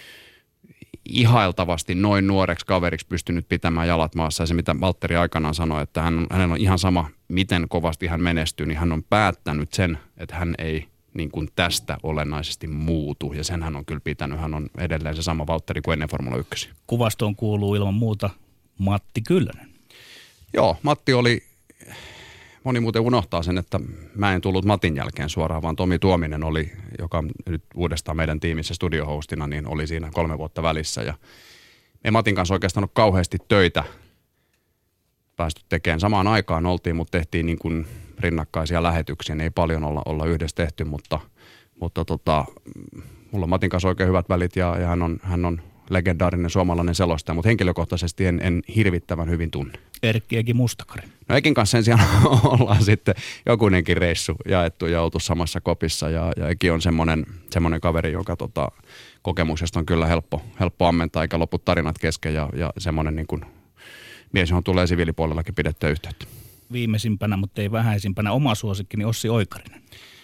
ihailtavasti noin nuoreksi kaveriksi pystynyt pitämään jalat maassa. Ja se, mitä Valtteri aikanaan sanoi, että hän, hänellä on ihan sama, miten kovasti hän menestyy, niin hän on päättänyt sen, että hän ei niin kuin tästä olennaisesti muutu. Ja sen hän on kyllä pitänyt. Hän on edelleen se sama Valtteri kuin ennen Formula yksi. Kuvastoon kuuluu ilman muuta Matti Kyllönen. Joo, Matti oli, moni muuten unohtaa sen, että mä en tullut Matin jälkeen suoraan, vaan Tomi Tuominen oli, joka nyt uudestaan meidän tiimissä studiohostina, niin oli siinä kolme vuotta välissä. Ja me Matin kanssa oikeastaan ole kauheasti töitä päästy tekemään. Samaan aikaan oltiin, mutta tehtiin niin kuin rinnakkaisia lähetyksiä. Ne ei paljon olla, olla yhdessä tehty, mutta, mutta tota, mulla on Matin kanssa oikein hyvät välit ja, ja hän on, hän on legendaarinen suomalainen selostaja, mutta henkilökohtaisesti en, en hirvittävän hyvin tunne. Erkki Eki Mustakari. No Ekin kanssa sen sijaan ollaan sitten jokunenkin reissu jaettu ja oltu samassa kopissa ja, ja Eki on semmoinen, semmoinen kaveri, joka tota, kokemuksesta on kyllä helppo, helppo ammentaa eikä lopu tarinat kesken ja, ja semmoinen niin kuin mies, johon tulee siviilipuolellakin pidettyä yhteyttä. Viimeisimpänä, mutta ei vähäisimpänä, oma suosikki, niin Ossi Oikarinen.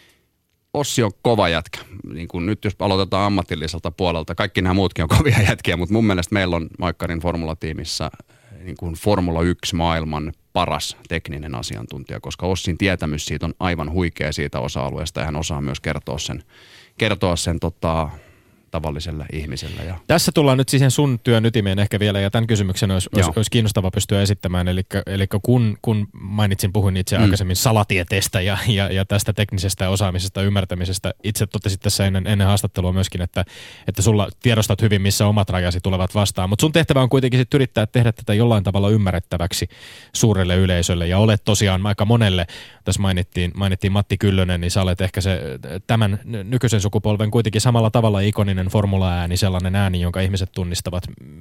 Ossi on kova jätkä. Niin kuin nyt jos aloitetaan ammatilliselta puolelta, kaikki nämä muutkin on kovia jätkiä, mutta mun mielestä meillä on Oikarin formulatiimissä niin kuin Formula yksi maailman paras tekninen asiantuntija, koska Ossin tietämys siitä on aivan huikea siitä osa-alueesta ja hän osaa myös kertoa sen, kertoa sen tota, tavalliselle ihmiselle. Ja tässä tullaan nyt siihen sun työn ytimeen ehkä vielä, ja tämän kysymyksen olisi, olisi, olisi kiinnostava pystyä esittämään. Eli, eli kun, kun mainitsin, puhuin itse mm. aikaisemmin salatieteestä ja, ja, ja tästä teknisestä osaamisesta, ymmärtämisestä. Itse totesit tässä ennen, ennen haastattelua myöskin, että, että sulla tiedostat hyvin, missä omat rajasi tulevat vastaan. Mutta sun tehtävä on kuitenkin sit yrittää tehdä tätä jollain tavalla ymmärrettäväksi suurelle yleisölle, ja olet tosiaan aika monelle, tässä mainittiin, mainittiin Matti Kyllönen, niin sä olet ehkä se tämän nykyisen sukupolven kuitenkin samalla tavalla ikoninen formula-ääni, sellainen ääni, jonka ihmiset tunnistavat.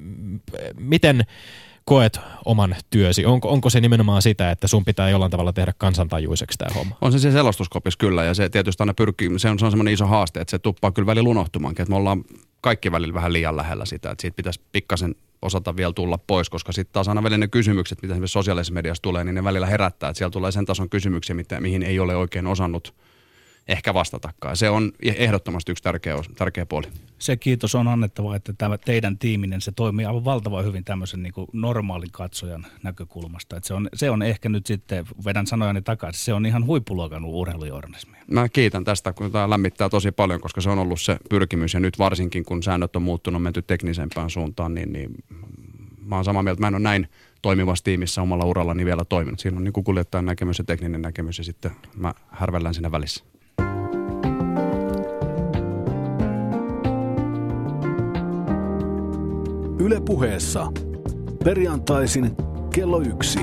Miten koet oman työsi? Onko, onko se nimenomaan sitä, että sun pitää jollain tavalla tehdä kansantajuiseksi tämä homma? On se se selostuskopissa kyllä, ja se tietysti aina pyrkii, se on, se on semmoinen iso haaste, että se tuppaa kyllä välillä unohtumaankin, että me ollaan kaikki välillä vähän liian lähellä sitä, että siitä pitäisi pikkasen osata vielä tulla pois, koska sitten taas aina välillä ne kysymykset, mitä esimerkiksi sosiaalisessa mediassa tulee, niin ne välillä herättää, että siellä tulee sen tason kysymyksiä, mihin ei ole oikein osannut ehkä vastatakaan. Se on ehdottomasti yksi tärkeä, tärkeä puoli. Se kiitos on annettava, että tämä teidän tiiminen, se toimii aivan valtavan hyvin tämmöisen niin kuin normaalin katsojan näkökulmasta. Että se, on, se on ehkä nyt sitten, vedän sanojani takaisin, se on ihan huippuluokan urheilujournalismia. Mä kiitän tästä, kun tämä lämmittää tosi paljon, koska se on ollut se pyrkimys. Ja nyt varsinkin, kun säännöt on muuttunut, on menty teknisempään suuntaan, niin, niin mä oon samaa mieltä. Mä en ole näin toimivassa tiimissä omalla urallani vielä toiminut. Siinä on niin kuin kuljettajan näkemys ja tekninen näkemys, ja sitten mä härvellään siinä välissä. Yle Puheessa. Perjantaisin kello yksi.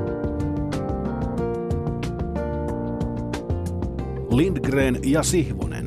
Lindgren ja Sihvonen.